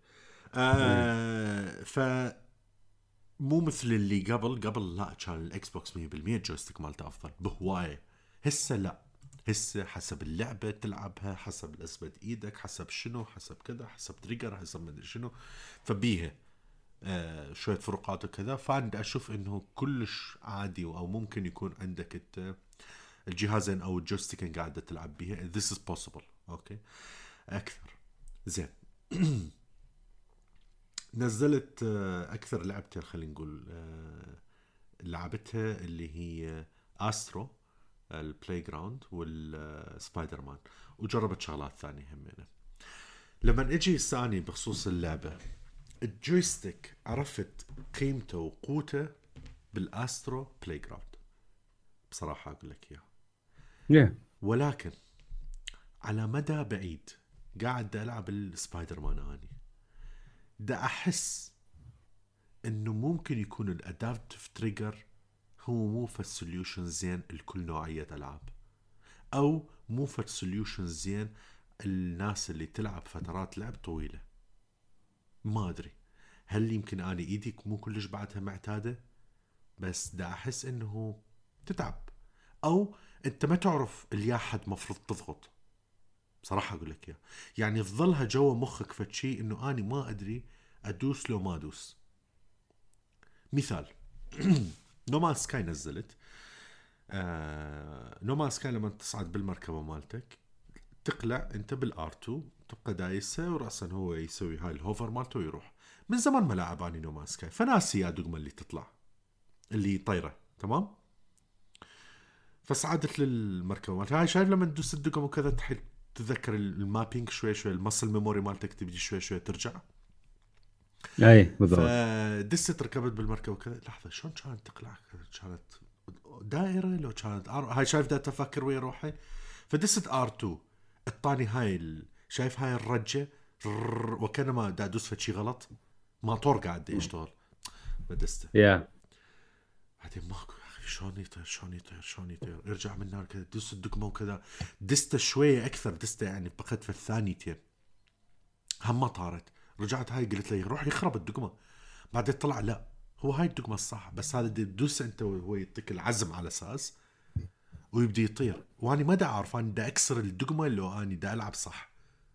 ف مو مثل اللي قبل لا كان الاكس بوكس 100% الجويستيك مالته افضل بهوايه. هسه لا، هسه حسب اللعبه تلعبها، حسب لزمه ايدك، حسب شنو، حسب كذا، حسب تريجر، حسب ما ادري شنو، فبيها شويه فروقات وكذا. فانا اشوف انه كلش عادي، او ممكن يكون عندك الجهازين او الجويستيكين قاعده تلعب بيها. this is possible اوكي اكثر. زين. نزلت اكثر لعبتين خلينا نقول لعبتها اللي هي استرو البلاي جراوند والسبايدر مان، وجربت شغلات ثانيه همينه. لما اجي الثاني بخصوص اللعبه، الجويستيك عرفت قيمته وقوته بالاسترو بلاي جراوند بصراحه اقول لك اياها. ولكن على مدى بعيد قاعد العب السبايدر مان اني دا احس انه ممكن يكون الادابتيف تريجر هو مو فالسوليوشن زين لكل نوعيه العاب، او مو فالسوليوشن زين الناس اللي تلعب فترات لعب طويله. ما ادري هل يمكن اني ايديك مو كلش بعدها معتاده، بس دا احس انه تتعب، او انت ما تعرف اليا حد مفروض تضغط. بصراحه اقول لك يعني تظلها جوا مخك فتشي انه اني ما ادري ادوس لو ما ادوس. مثال نومان سكاي نزلت نومان سكاي لما تصعد بالمركبه مالتك تقلع انت بالار2 تبقى دايسه، وراسا هو يسوي هاي الهوفر مالته ويروح. من زمان ما لعب اني نومان سكاي فناسي يا دقمه اللي تطلع اللي طايره تمام. فصعدت للمركبه مالتها هاي، شايف لما تدوس الدقم وكذا تحل تتذكر المابينج شوي شوي، المسل ميموري مالتك تبدي شوي شوي ترجع. اي بالضبط. فدست ركبت بالمركبه وكذا. لحظه شلون كانت تقلع؟ كانت دائره لو كانت هاي شايف دا تفكر ويا روحي. فدست R2 الطاني هاي شايف هاي الرجه وكانما دا ادوس فشي غلط، موتور قاعد يشتغل ما دسته. بعدين ماكو شلون يطير ارجع من هنا كذا دس الدقمه وكذا. دسته شويه اكثر، دسته يعني بقيت في الثانيتين هم ما طارت. رجعت هاي قلت لي روح يخرب الدقمه. بعدين طلع لا هو هاي الدقمه الصح، بس هذا تدوس انت وهو يعطيك العزم على اساس ويبدي يطير. واني ما دا اعرف اني دا اكسر الدقمه لو اني دا العب صح.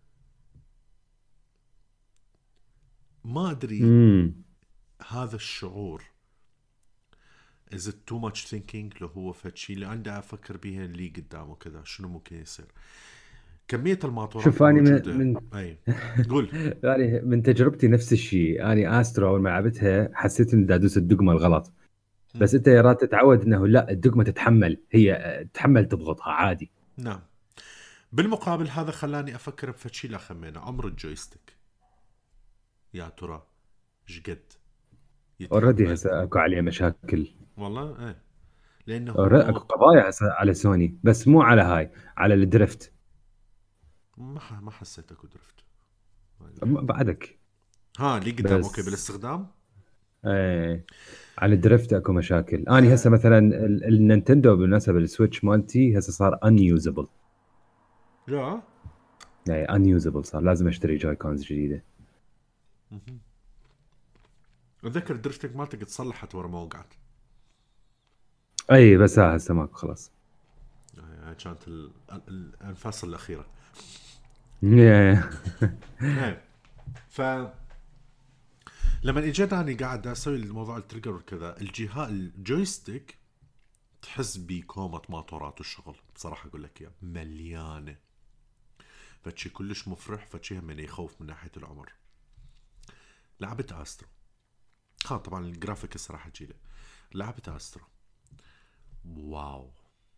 ما ادري هذا الشعور is it too much thinking لو هو فتشي اللي عندي افكر بيها اللي قدامه كذا شنو ممكن يصير. كميه الماطورات شوف اني من اي قول يعني من تجربتي نفس الشيء. اني استرو اول ما لعبتها حسيت اني دا ادوس الدقمه الغلط، بس انت يا رات تتعود انه لا الدقمه تتحمل، هي تتحمل تضغطها عادي. نعم. بالمقابل هذا خلاني افكر بفتشي لا خمينا عمر الجويستيك، يا ترى ايش قد اوريدي يتحمل. هسه اكو عليه مشاكل. والله ايه، لانه اكو قضايا هسه على سوني، بس مو على هاي، على الدريفت. ما حسيت اكو درفت. بعدك. ها اللي قدام اوكي بس بالاستخدام. ايه، على الدريفت اكو مشاكل. اني هسه آه مثلا النينتندو بالمناسبه السويتش مالتي هسه صار unusable. لا. يعني unusable صار، لازم اشتري جاي كونز جديده. مهم. اتذكر درفتك مالتك تصلحت ورا ما وقعت. اي بس هسه ماكو خلاص. هاي كانت الانفاس الاخيره. ايه. ف لما اجيت اني قاعد اسوي الموضوع التريجر وكذا، الجهاز الجويستيك تحس بكومة موتورات والشغل، بصراحه اقول لك يا مليانه. فشي كلش مفرح، فشي من يخوف من ناحيه العمر. لعبت استرو، ها طبعا الجرافيكس راح اجيله. لعبت استرو، واو،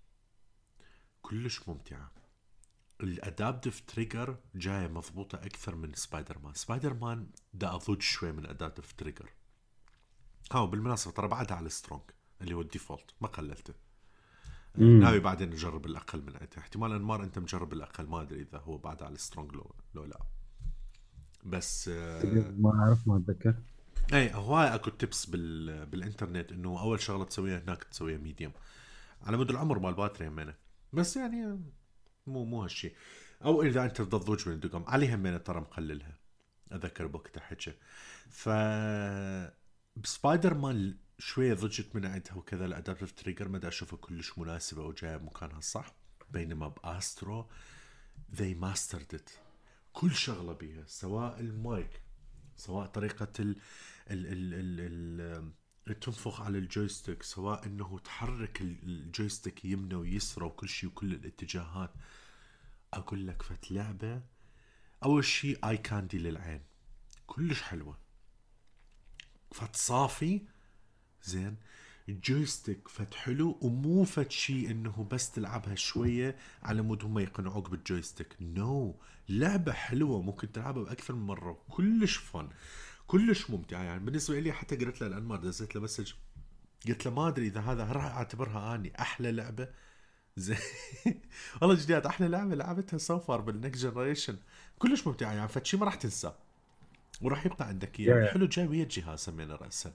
كلش ممتعه. الادابتف تريجر جايه مضبوطه اكثر من سبايدر مان. سبايدر مان دا اضوج شوي من ادابتف تريجر. ها بالمناسبه ترى بعدها على السترونج اللي هو الديفولت، ما قللته. ناوي امم بعدين نجرب الاقل من عندها. احتمال انمار انت مجرب الاقل، ما ادري اذا هو بعدها على السترونج لو لا. بس ما اعرف، ما اتذكر. اي هواي اكو تبس بالانترنت انه اول شغله تسويها هناك تسويها ميديوم على مدى العمر مال باتري همينه. بس يعني مو هالشيء. او اذا انت تضوج من الدقم عليها همينه ترى مقللها. اذكر بوقتها حكي. ف سبايدر مان شويه ضجت من عندها وكذا. الادابتيف تريجر ما دا اشوفها كلش مناسبه وجايه بمكانها الصح. بينما باسترو they mastered it. كل شغله بيها، سواء المايك، سواء طريقه ال تنفخ على الجويستيك، سواء انه تحرك الجويستيك يمنى ويسرى وكل شيء وكل الاتجاهات. اقول لك فت لعبه، اول شيء اي كاندي للعين، كلش حلوه، فت صافي زين. الجويستيك فت حلو، ومو فت شيء انه بس تلعبها شويه على مود هم يقنعوك بالجويستيك. نو لعبه حلوه ممكن تلعبها باكثر من مره، كلش فن، كلش ممتعه. يعني بالنسبه لي حتى قلت له الانمار، دزيت له مسج قلت له ما ادري اذا هذا راح اعتبرها اني احلى لعبه زين. والله جديات احلى لعبه لعبتها سوفر بالنكست جنريشن، كلش ممتعه. يعني فشي ما راح تنساه وراح يبقى عندك اياه. يا والحلو جاي ويا الجهاز سمينا راسا.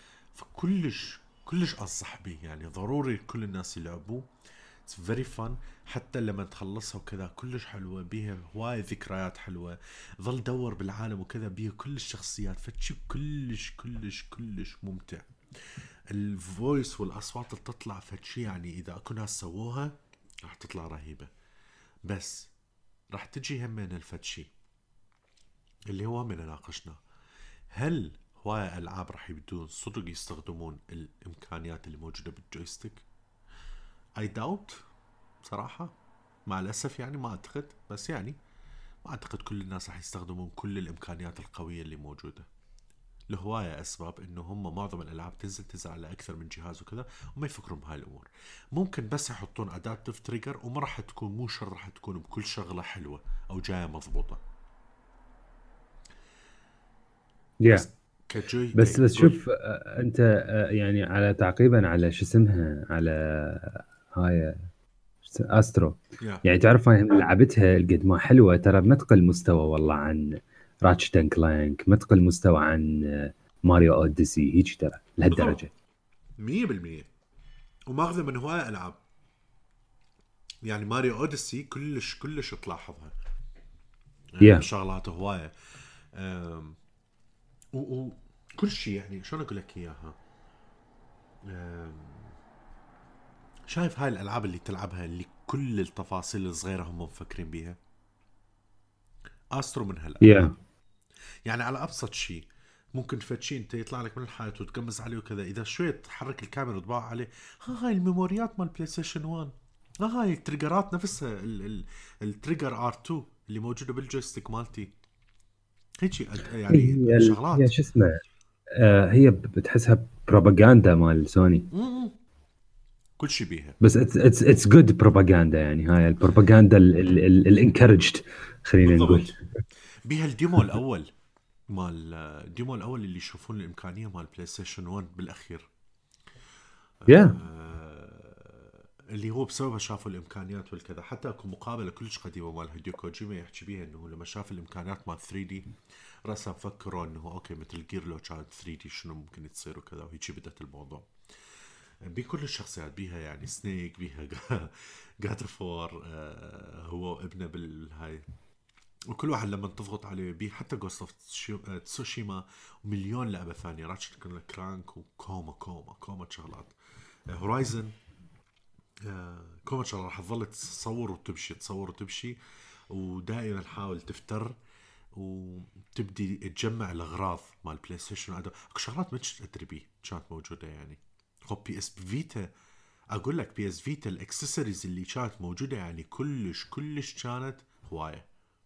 فكلش انصح به، يعني ضروري كل الناس يلعبوه. اتس فيري فن. حتى لما تخلصها وكذا كلش حلوه، بيها هواي ذكريات حلوه. ظل دور بالعالم وكذا، بيها كل الشخصيات، فتشي كلش ممتع. الفويس والاصوات اللي تطلع فتشي، يعني اذا اكو ناس سووها راح تطلع رهيبه. بس راح تجي هم من الفتشي اللي هو من ناقشنا، هل هواية ألعاب راح يبدون صدق يستخدمون الإمكانيات اللي موجودة بالجويستيك؟ I doubt بصراحة، مع الأسف يعني ما أعتقد. بس يعني ما أعتقد كل الناس راح يستخدمون كل الإمكانيات القوية اللي موجودة، لهواية أسباب. إنه هم معظم الألعاب تنزل على أكثر من جهاز وكذا، وما يفكرون بهاي الأمور. ممكن بس يحطون أدابتيف تريجر، وما راح تكون مو شر، راح تكون بكل شغلة حلوة أو جاية مضبوطة. يا بس كجوي بس قول. شوف، انت يعني على تعقيبا على شو اسمها، على هاي استرو. يا يعني تعرف انا لعبتها قد ما حلوه، ترى ما تقل مستوى والله عن راتشت اند كلانك، ما تقل مستوى عن ماريو اوديسي هيك، ترى بالضبط لهالدرجه. 100%. وماخذه من هواية ألعاب. يعني ماريو اوديسي كلش تلاحظها يا بشغلات هواية. أم، وكل شيء، يعني شلون اقول لك اياها. أم، شايف هاي الالعاب اللي تلعبها اللي كل التفاصيل الصغيره هم مفكرين بيها. استرو من هالالعاب. يا يعني على ابسط شيء، ممكن تفتشي انت يطلع لك من الحياه وتقمز عليه وكذا، اذا شويه تحرك الكاميرا وتباع عليه، هاي الميموريات مال بلاي ستيشن 1. هاي التريجرات نفسها، التريجر ار2 اللي موجوده بالجويستيك مالتي. هيك يعني هي شغلات. شو اسمه، هي بتحسها بروباغندا مال سوني. كل شيء بيها. بس اتس جود بروباغندا، يعني هاي البروباغندا الانكرجد خلينا نقول. بالضبط. بيها الديمو الاول الديمو الاول اللي يشوفون الامكانيه مال بلاي ستيشن 1 بالاخير، يا اللي هو بسببها شافوا الامكانيات والكذا. حتى اكو مقابله كلش قديمه مال هيديو كوجيما يحكي بيها انه لما شاف الامكانيات مال 3 دي راسا فكروا انه اوكي مثل جير لو كانت 3 دي شنو ممكن تصير وكذا، وهيك بدت الموضوع. بكل الشخصيات بيها، يعني سنيك بيها جاد فور، هو ابنه بالهاي، وكل واحد لما تضغط عليه بيه، حتى جوست اوف تسوشيما ومليون لعبه ثانيه، راتشت كرانك وكوما شغلات. هورايزن كوما شغلات راح تظل تصور وتمشي ودائما تحاول تفتر وتبدي تجمع الاغراض مال بلاي ستيشن. اكو شغلات ما تدري بيه كانت موجوده يعني. هو بي اس فيتا، اقول لك بي اس فيتا الاكسسوارز اللي كانت موجوده يعني كلش كانت هوايه.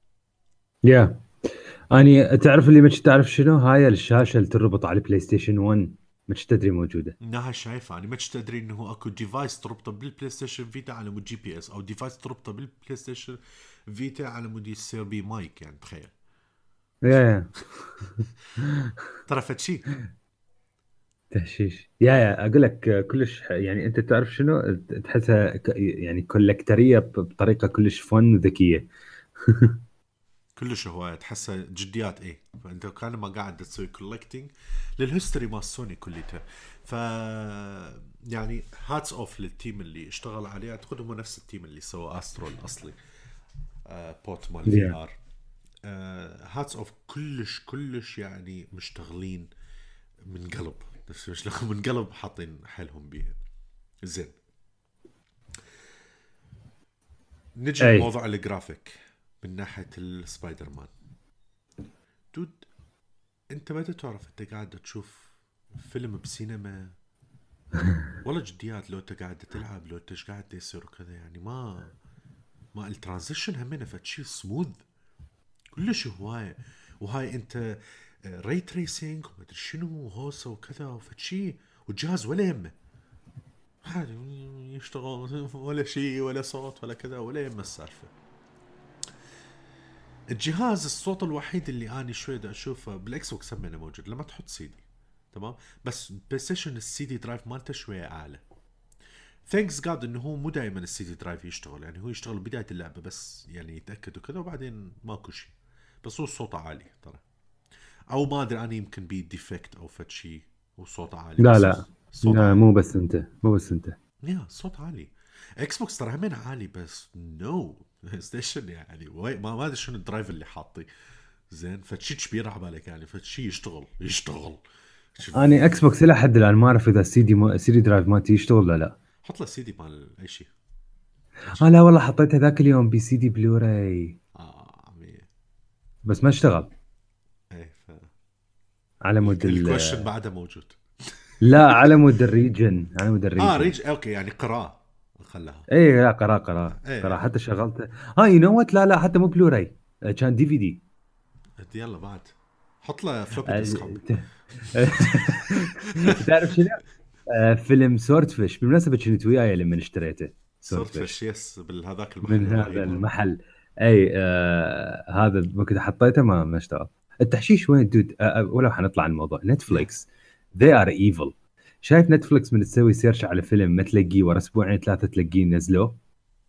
يا اني تعرف اللي ما تعرف شنو هاي الشاشه اللي تربط على البلاي ستيشن 1 ما تدري موجوده. انها شايفه يعني ما تدري انه اكو ديفايس تربطه بالبلاي ستيشن فيتا على مود جي بي اس، او ديفايس تربطه بالبلاي ستيشن فيتا على مود يصير بي مايك، يعني تخيل. يا ترى فتشي تهشيش. يا اقول لك كلش يعني انت تعرف شنو تحسها يعني كولكتريه بطريقه كلش فن وذكيه. كلش هوايه، تحسها جديات ايه. فانت كان ما قاعد تسوي كولكتنج للهيستوري مال سوني كليتها. ف يعني هاتس اوف للتيم اللي اشتغل عليه، اعتقد هم نفس التيم اللي سوى استرو الاصلي، بوت مال في يا ار. هاتس اوف كلش يعني مشتغلين من قلب، نفس من قلب حاطين حيلهم بيها. زين، نجي اي لموضوع الجرافيك من ناحية السبايدر مان. دود، انت ما تعرف انت قاعد تشوف فيلم بسينما، والله جديات. لو انت قاعد تلعب، لو انت قاعد يصير وكذا، يعني ما الترانزيشن همينه فتشي سموث كلش هوايه. وهاي انت ري تريسينج ومدري شنو هوسه وكذا وفتشي، والجهاز ولا يمه هذا يشتغل ولا شيء، ولا صوت ولا كذا، ولا يمه السالفه. الجهاز الصوت الوحيد اللي اني شوي دا اشوفه بالاكس بوكس همينه موجود لما تحط سي دي، تمام. بس بلاي ستيشن السي دي درايف مالته شويه اعلى. ثانكس جاد انه هو مو دائما السي دي درايف يشتغل، يعني هو يشتغل بدايه اللعبه بس، يعني يتاكد وكذا، وبعدين ماكو شيء. بس هو الصوت عالي ترى، او ما ادري انا يمكن بي ديفكت او فد شيء وصوته عالي، لا بس لا الصوت لا، عالي. مو بس انت. يا الصوت عالي. اكس بوكس ترى همين عالي، بس نو ستيشن يعني ما ادري شنو الدرايف اللي حاطي. زين فشي كبير على بالك، يعني فشي يشتغل اني اكس بوكس الى حد الان ما اعرف اذا سي دي درايف مالتي يشتغل ولا لا. حط له سي دي مال اي شيء. لا والله حطيتها ذاك اليوم بي سي دي بلوراي عمي بس ما اشتغل ايه على مود الكويشن بعده موجود. لا، على مود الريجن، على مود الريجن. ريج اوكي، يعني قراءة خلاها. اي لا، قرا ايه حتى شغلته. يو نو وات، لا حتى مو بلوراي، كان دي في دي. يلا بعد حط له فلوبي ديسك عمي. تعرف شنو؟ فيلم سورد فيش بالمناسبة كنت وياي لما اشتريته. سورد صرت فيش فش يس بالهذاك المحل من هذا الرهيب. المحل. اي هذا وقت حطيته ما اشتغل. التحشيش وين دود؟ ولو حنطلع عن الموضوع يا نتفليكس. they are evil. شايف نتفليكس من تسوي سيرش على فيلم ما تلاقيه، ورا اسبوعين ثلاثة تلاقيه نزلوه.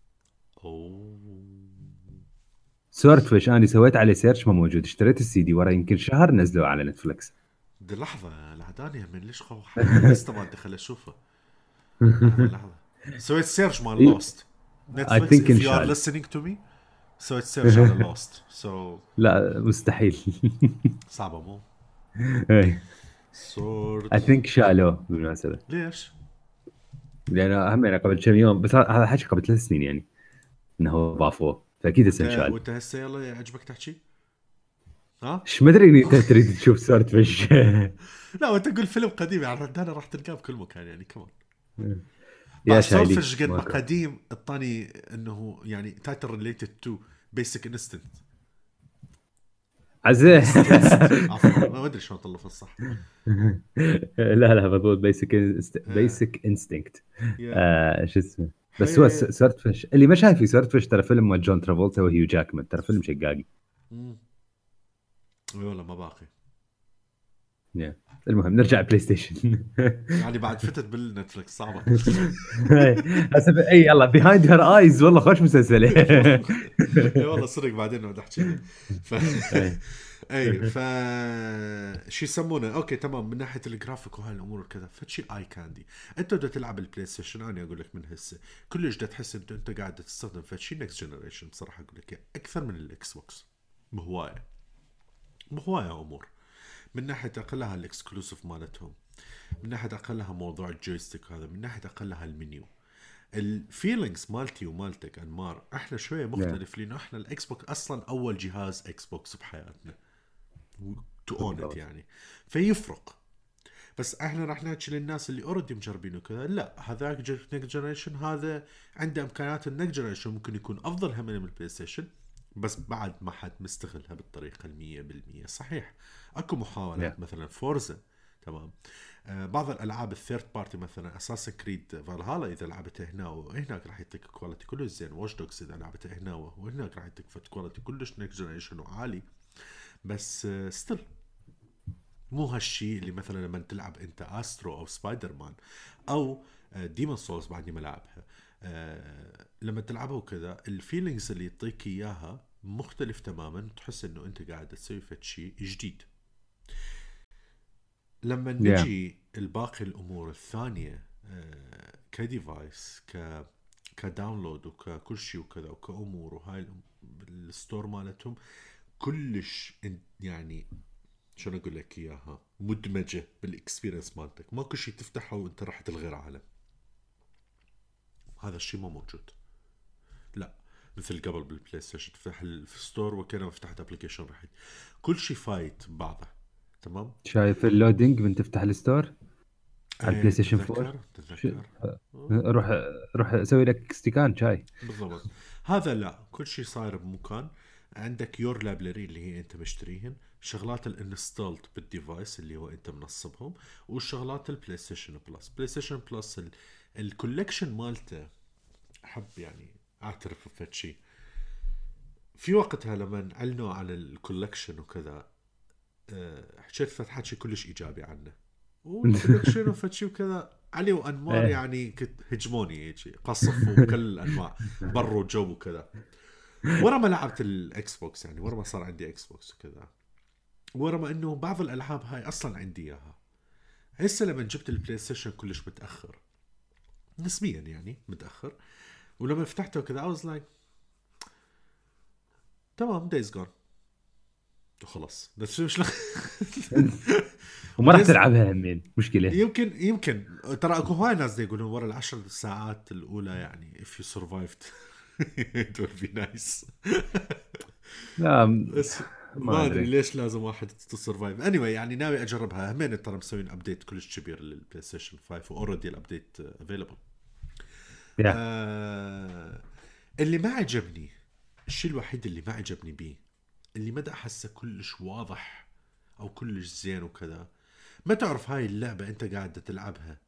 اوه سورد فيش انا سويت عليه سيرش ما موجود، اشتريت السي دي ورا يمكن شهر نزلوه على نتفليكس. دي لحظة العداني من ليش لسه ما دخل اشوفه. لحظة سويت سيرش مال لوست I نتفليكس think if you are انشال. listening to me. سويت سيرش على لوست لا مستحيل. صعبة مو اي سورد. I think شالوه بالمناسبة، ليش؟ لأن هم يعني قبل كم يوم، بس هذا حكي قبل 3 سنين يعني انه ضافوه، فاكيد وانت اسنشال. وانت هسه يلا يعجبك تحكي؟ ها؟ ايش ما ادري اني انت تريد تشوف سورد فيش. لا وانت تقول فيلم قديم، يعني انا راح تلقاه بكل مكان يعني كمان. يا بعد شايلي سولفش قد ما ماكو. قديم الطاني انه يعني تايتل ريليتد تو بيسك انستنت. عزيز. عفوا ما ادري شلون تلفظ صح. لا لا مضبوط، آه. بيسك انستنكت. يا شو اسمه. بس هو هي. سورد فيش اللي ما شايف في سورد فيش، ترى فيلم مال جون ترافولتا وهيو جاكمان، ترى فيلم شقاقي. مم. اي والله ما باقي. Yeah. المهم نرجع بلاي ستيشن. يعني بعد فتت بالنتفلكس صعبه. اي يلا بيهايند هير ايز، والله خوش مسلسله. اي والله صدق بعدين بدي احكي لك. ف إيه. اي ف شو يسمونه، اوكي تمام، من ناحيه الجرافيك وهاي الامور وكذا فشي اي كاندي. انت بدك تلعب البلاي ستيشن، انا اقول لك من هسه كلش بدك تحس انت قاعد تستخدم فشي نكست جنريشن، بصراحه اقول لك اكثر من الاكس بوكس بهوايه امور. من ناحيه اقلها الاكسكلوسيف مالتهم، من ناحيه اقلها موضوع الجويستيك هذا، من ناحيه اقلها المنيو. الفيلينجز مالتي ومالتك انمار احنا شويه Yeah. مختلف، لانه احنا الاكس بوكس اصلا اول جهاز اكس بوكس بحياتنا تو اون ات بالضبط. يعني، فيفرق. بس احنا راح نحكي للناس اللي اوريدي مجربينه كذا، لا هذاك نكست جنريشن هذا عنده امكانيات النكست جنريشن، ممكن يكون افضل هم من البلاي ستيشن، بس بعد ما حد مستغلها بالطريقه المية بالمية. صحيح اكو Yeah. محاولات مثلا فورزا، تمام. بعض الالعاب الثيرد بارتي مثلا اساسا كريد فالهالا اذا لعبتها هنا وهناك راح يعطيك كواليتي كلش زين. واتش دوجز اذا لعبتها هنا وهناك راح يعطيك كواليتي كلش نكست جنريشن وعالي. بس ستيل مو هالشيء اللي مثلا لما تلعب انت استرو او سبايدر مان او ديمون سولز بعدني ما لعبها، لما تلعبها وكذا الفيلينجز اللي يعطيك اياها مختلف تماما، تحس انه انت قاعد تسوي فد شيء جديد. لما Yeah. نجي الباقي الامور الثانيه كديفايس كداونلود وككل شيء وكذا وكامور وهاي الستور مالتهم كلش يعني شلون اقول لك اياها، مدمجه بالاكسبيرينس مالتك، ماكو شيء تفتحه وانت رحت لغير عالم. هذا الشيء ما موجود، لا مثل قبل بالبلاي ستيشن تفتح الستور وكانه فتحت ابلكيشن رحت كل شيء فايت ببعضه. تمام. شايف اللودينج من تفتح الستور على البلاي ايه ستيشن 4؟ تتذكر. روح روح اسوي لك استكان شاي. بالضبط. هذا لا، كل شيء صاير بمكان. عندك يور لابلري اللي هي انت مشتريهن، شغلات الانستولد بالديفايس اللي هو انت منصبهم، والشغلات البلاي ستيشن بلس. بلاي ستيشن بلس الكولكشن مالته احب يعني اعترف بفد شيء. في وقتها لما اعلنوا على الكولكشن وكذا حكيت فتحت شيء كلش ايجابي عنه، والكولكشن وفد شيء وكذا علي وانمار إيه. يعني كنت هجموني هيك قصف وكل الانواع بر وجو وكذا. ورا ما لعبت الاكس بوكس يعني، ورا ما صار عندي اكس بوكس وكذا، ورا ما انه بعض الالعاب هاي اصلا عندي اياها. هسه لما جبت البلاي ستيشن كلش متاخر نسبيا يعني متاخر، ولما فتحته كذا I was like تمام دايز جون وخلاص بس مش وما راح تلعبها همين مشكله. يمكن ترى اكو هواي ناس يقولون ورا العشر ساعات الاولى يعني if you survived it will be nice. لا بس ما ما ادري ادري. ليش لازم واحد تسرفايف. anyway يعني ناوي اجربها همين، ترى مسوين ابديت كلش كبير للبلاي ستيشن 5 واوريدي الابديت افيلبل. يا اللي ما عجبني، الشيء الوحيد اللي ما عجبني بيه، اللي ما احسه كلش واضح او كلش زين وكذا، ما تعرف هاي اللعبة انت قاعد تلعبها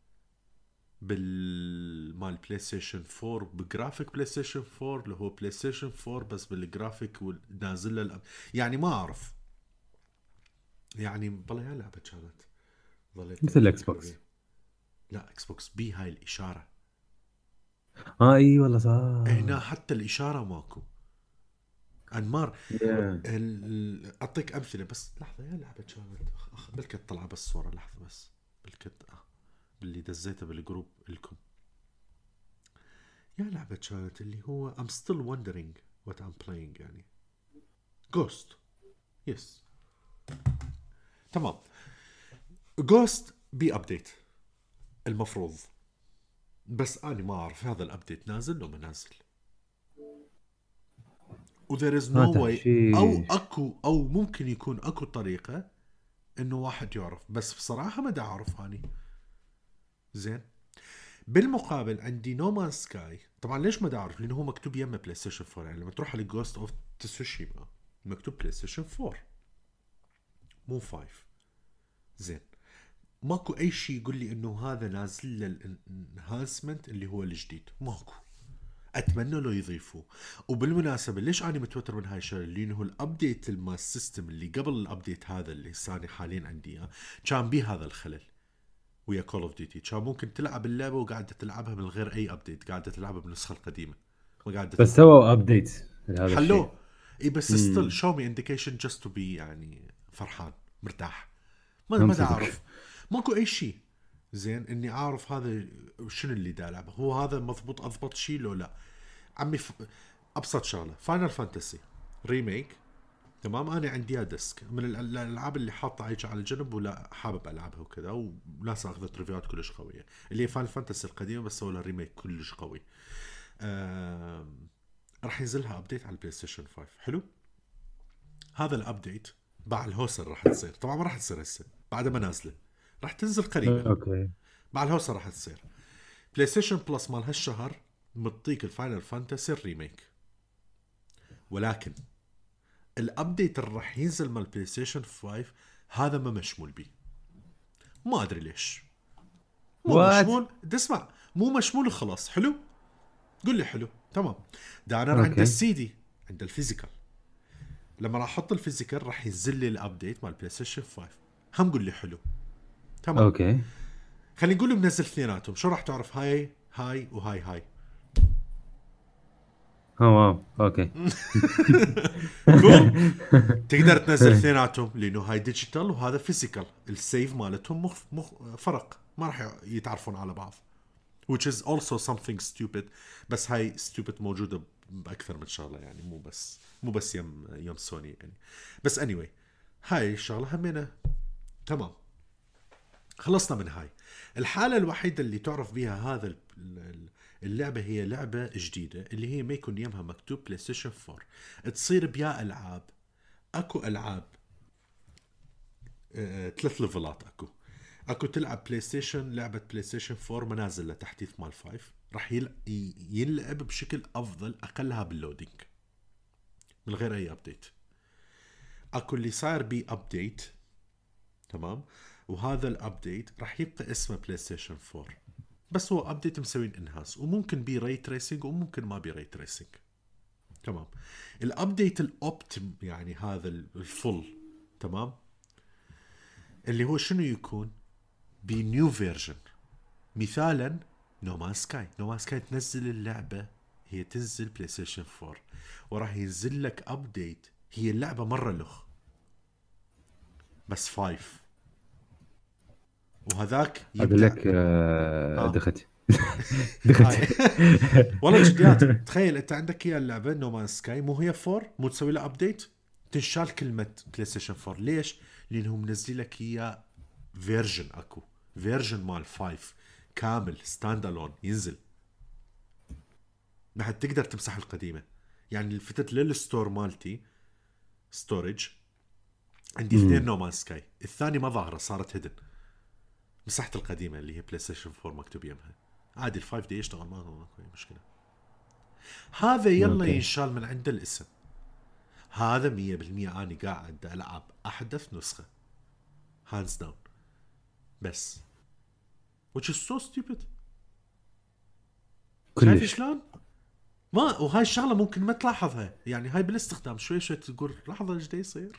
بالمال بلاي ستيشن 4 بجرافيك بلاي ستيشن 4 اللي هو بلاي ستيشن 4 بس بالجرافيك ونازل يعني ما اعرف يعني بلا يا لعبة كانت ظليت مثل الاكس افكر بوكس. بيه. لا اكس بوكس بي هاي الاشارة، اي والله هنا صح. حتى الاشارة ماكو. انمار يا. اعطيك امثله بس لحظه. يا لعبه كانت بلكي طلع بس صوره لحظه بس بلكي باللي دزيته بالجروب لكم. يا لعبه كانت اللي هو I'm still wondering what I'm playing يعني Ghost. يس تمام. Ghost بي ابديت المفروض، بس انا ما اعرف هذا الابديت نازل لو ما نازل. و there is ما no way او تحشيش. اكو او ممكن يكون اكو طريقه انه واحد يعرف، بس بصراحه ما دا اعرف هاني. زين. بالمقابل عندي نومان سكاي، طبعا ليش ما دا اعرف؟ لانه هو مكتوب يمه بلاي ستيشن 4 يعني لما تروح على جوست اوف تسوشيما مكتوب بلاي ستيشن 4. مو 5. زين ماكو اي شيء يقول لي انه هذا نازل للانهانسمنت اللي هو الجديد، ماكو. اتمنى لو يضيفوه. وبالمناسبه ليش انا متوتر من هاي الشغله؟ لانه الابديت المال السيستم اللي قبل الابديت هذا اللي صار حاليا عندي اياه كان بيه هذا الخلل ويا كول اوف ديوتي. كان ممكن تلعب اللعبه وقاعده تلعبها من غير اي ابديت، قاعده تلعبها بالنسخه القديمه وقاعده بس سووا ابديت لهذا الشيء. حلو. اي بس ستيل شو مي انديكيشن جاست تو بي يعني فرحان مرتاح. ما دا اعرف ماكو اي شيء. زين اني اعرف هذا شنو اللي دا العبه، هو هذا مضبوط اضبط شيء لو لا. عمي ابسط شغله فاينل فانتسي ريميك، تمام. انا عندي يا ديسك من الالعاب اللي حاطه هيك على الجنب ولا حابب العبها وكذا، وناس اخذت ريفيوات كلش قويه، اللي هي فاينل فانتسي القديمه بس سووا لها ريميك كلش قوي. راح ينزلها ابديت على البلاي ستيشن 5. حلو. هذا الابديت باع الهوسر راح تصير، طبعا ما راح تصير هسه بعد ما نازله، راح تنزل قريبا. اوكي. باع الهوسر راح تصير. بلاي ستيشن بلس مال هالشهر مطيك الفاينل فانتسي الريميك، ولكن الابديت اللي راح ينزل مال بلاي ستيشن 5 هذا ما مشمول بيه. ما ادري ليش مو مشمول. تسمع مو مشمول وخلاص. حلو قل لي حلو تمام. دانر عند السي دي عند الفيزيكال، لما راح احط الفيزيكال راح ينزل لي الابديت مال بلاي ستيشن 5. هم قل لي حلو تمام. اوكي خلينا نقول منزل اثنيناتهم، شو راح تعرف هاي وهاي. واو اوكي. كول. تقدر تنزل اثنيناتهم لانه هاي ديجيتال وهذا فيزيكال. السيف مالتهم فرق، ما راح يتعرفون على بعض. which is also something stupid. بس هاي stupid موجودة بأكثر من شغلة يعني، مو بس يم سوني يعني. بس anyway هاي الشغلة همينة تمام. خلصنا من هاي الحالة. الوحيدة اللي تعرف بيها هذا اللعبة هي لعبة جديدة اللي هي ما يكون يمها مكتوب بلاي ستيشن 4. تصير بيا ألعاب. أكو ألعاب 3 ليفلات. اكو تلعب بلاي ستيشن، لعبة بلاي ستيشن 4 منازل لتحديث مال 5 راح يلعب بشكل افضل، اقلها باللودينج من غير اي ابديت. اكو اللي صاير بي ابديت تمام، وهذا الابديت راح يبقى اسمه بلاي ستيشن 4 بس هو ابديت مسوين انهاس، وممكن بي ري تريسنج وممكن ما بي ري تريسنج. تمام. الابديت الاوبتيم يعني هذا الفل تمام، اللي هو شنو يكون بنيو فيرجن. مثالا نومان سكاي تنزل اللعبة، هي تنزل بلاي ستيشن 4 وراح ينزل لك ابديت. هي اللعبة مرة لخ بس 5 وهذاك اقول لك دخت والله جديات. تخيل انت عندك هي اللعبة نومان سكاي مو هي 4 مو تسوي لها ابديت تنشال كلمة بلاي ستيشن 4. ليش؟ لانهم منزل لك هي فيرجن، اكو فيرجن مال 5 كامل ستاند الون ينزل، ما حد تقدر تمسح القديمه. يعني الفتت للستور مالتي ستورج عندي 2 نومان سكاي، الثاني ما ظاهره صارت هيدن، مسحت القديمه اللي هي بلاي ستيشن 4 مكتوب يمها. عادي ال5 دي يشتغل ما هو مشكله. هذا يلا ينشال من عند الاسم. هذا 100% اني قاعد العب احدث نسخه هاندز داون بس which is so stupid. شايف شلون؟ ما وهاي الشغله ممكن ما تلاحظها يعني، هاي بالاستخدام شوي تقول لحظه ايش دا يصير.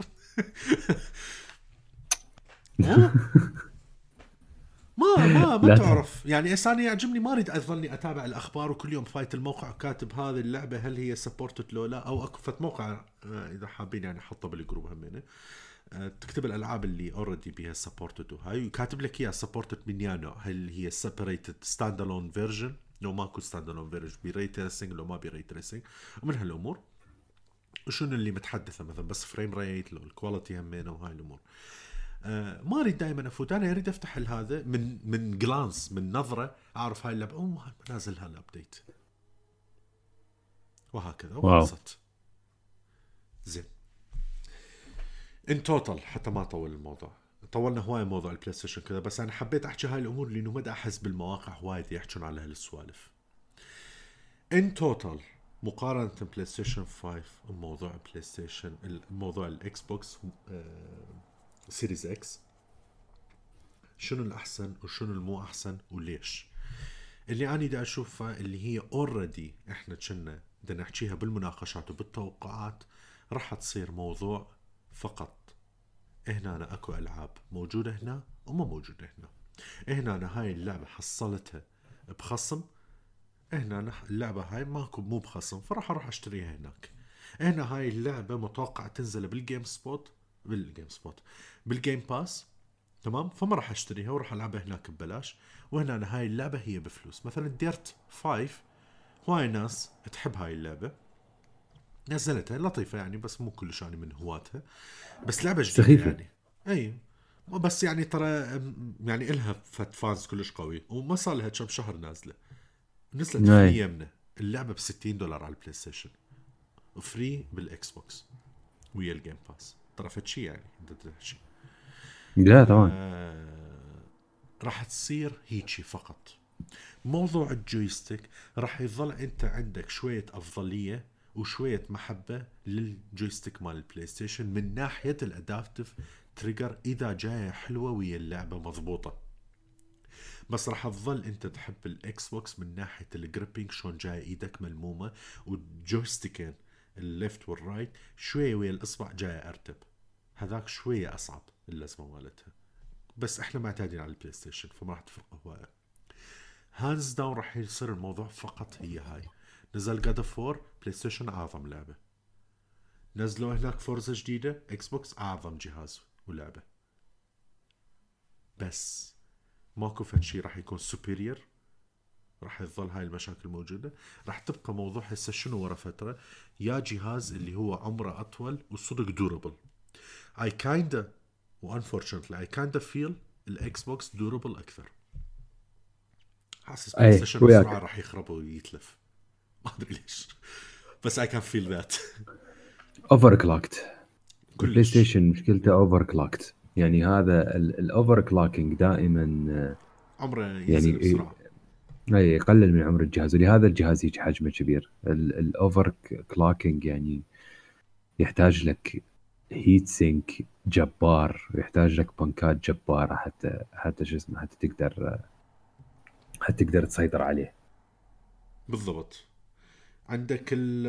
ما تعرف يعني. اساني يعجبني ما اريد اظلني اتابع الاخبار وكل يوم فايت الموقع كاتب هذه اللعبه هل هي سبورتد لو لا، او اكو فت موقع اذا حابين يعني حطه بالجروب همينه تكتب الالعاب اللي اوريدي بيها سبورتد وهاي كاتب لك اياها سبورتد من يا نوع، هل هي سيبريتد ستاند الون فيرجن لو ماكو ستاند الون فيرجن، بري تريسنج لو ما بري تريسنج، ومن هالامور. وشنو اللي متحدثه مثلا بس فريم ريت لو الكواليتي همينه وهاي الامور. ما اريد دائما افوت، انا اريد افتح هذا من جلانس، من نظره اعرف هاي اللعبه نازل هالابديت وهكذا وخلصت. زين ان توتال حتى ما طول الموضوع، طولنا هواي موضوع البلاي ستيشن كذا، بس انا حبيت احكي هاي الامور لانه ما احس بالمواقع هواي يحكون على هالسوالف. ان توتال مقارنه بلاي ستيشن 5 وموضوع بلاي ستيشن موضوع الاكس بوكس سيريز اكس، شنو الاحسن وشنو المو احسن وليش. اللي أنا دا أشوفها اللي هي اوريدي احنا كنا بدنا نحكيها بالمناقشات وبالتوقعات، راح تصير موضوع فقط هنا أنا أكو ألعاب موجودة هنا وما موجودة هنا. هنا أنا هاي اللعبة حصلتها بخصم، هنا أنا اللعبة هاي ماكو مو بخصم فراح أروح أشتريها هناك. هنا هاي اللعبة متوقع تنزل بالجيم باس، تمام، فما راح اشتريها وراح العبها هناك ببلاش. وهنا أنا هاي اللعبة هي بفلوس. مثلا ديرت 5 هواي ناس تحب هاي اللعبة، نزلتها لطيفة يعني بس مو كلش يعني من هواتها، بس لعبة جديدة سخيفه. يعني. اي بس يعني ترى يعني إلها فانز كلش قوي، وما صار لها كم شهر نازلة، نزلت اي فري يمنا اللعبة $60 على البلاي ستيشن، وفري بالاكس بوكس ويا الجيم باس. ترى فتشي يعني انت تحكي لا طبعا. راح تصير هيجي فقط. موضوع الجويستيك راح يظل انت عندك شوية افضلية وشوية محبة للجويستيك مال البلاي ستيشن من ناحية الادابتف تريجر اذا جاية حلوة ويا اللعبة مضبوطة. بس راح تظل انت تحب الاكس بوكس من ناحية الجريبينج، شلون جاية ايدك ملمومة، والجويستيكين الليفت والرايت شوية ويا الاصبع جاية ارتب، هذاك شوية اصعب اللازمة مالتها. بس احنا معتادين على البلاي ستيشن فما راح تفرق هواية. هانز داون راح يصير الموضوع فقط هي هاي. نزل جاد اوف 4 بلاي ستيشن اعظم لعبه، نزلوا هناك فورزا جديده اكس بوكس اعظم جهاز ولعبه، بس ماكو فد شيء راح يكون سوبيريور. راح يظل هاي المشاكل موجوده. راح تبقى موضوع هسه شنو ورا فتره، يا جهاز اللي هو عمره اطول وصدق دوربل. اي كايندا وانفورشنتلي اي كايندا فيل الاكس بوكس دوربل اكثر. حاسس بلاي اي ستيشن بسرعه وياك. راح يخرب ويتلف، ما ادري ليش، بس اي كان فيل ذات. اوفر كلوكت. البلاي كلش ستيشن مشكلته اوفر كلوكت، يعني هذا الاوفر كلوكينج دائما عمره يعني ينزل بسرعه. اي يقلل من عمر الجهاز، ولهذا الجهاز يجي حجمه كبير. الاوفر كلوكينج يعني يحتاج لك هيت سينك جبار، ويحتاج لك بنكات جبارة حتى شو اسمه حتى تقدر تسيطر عليه. بالضبط. عندك ال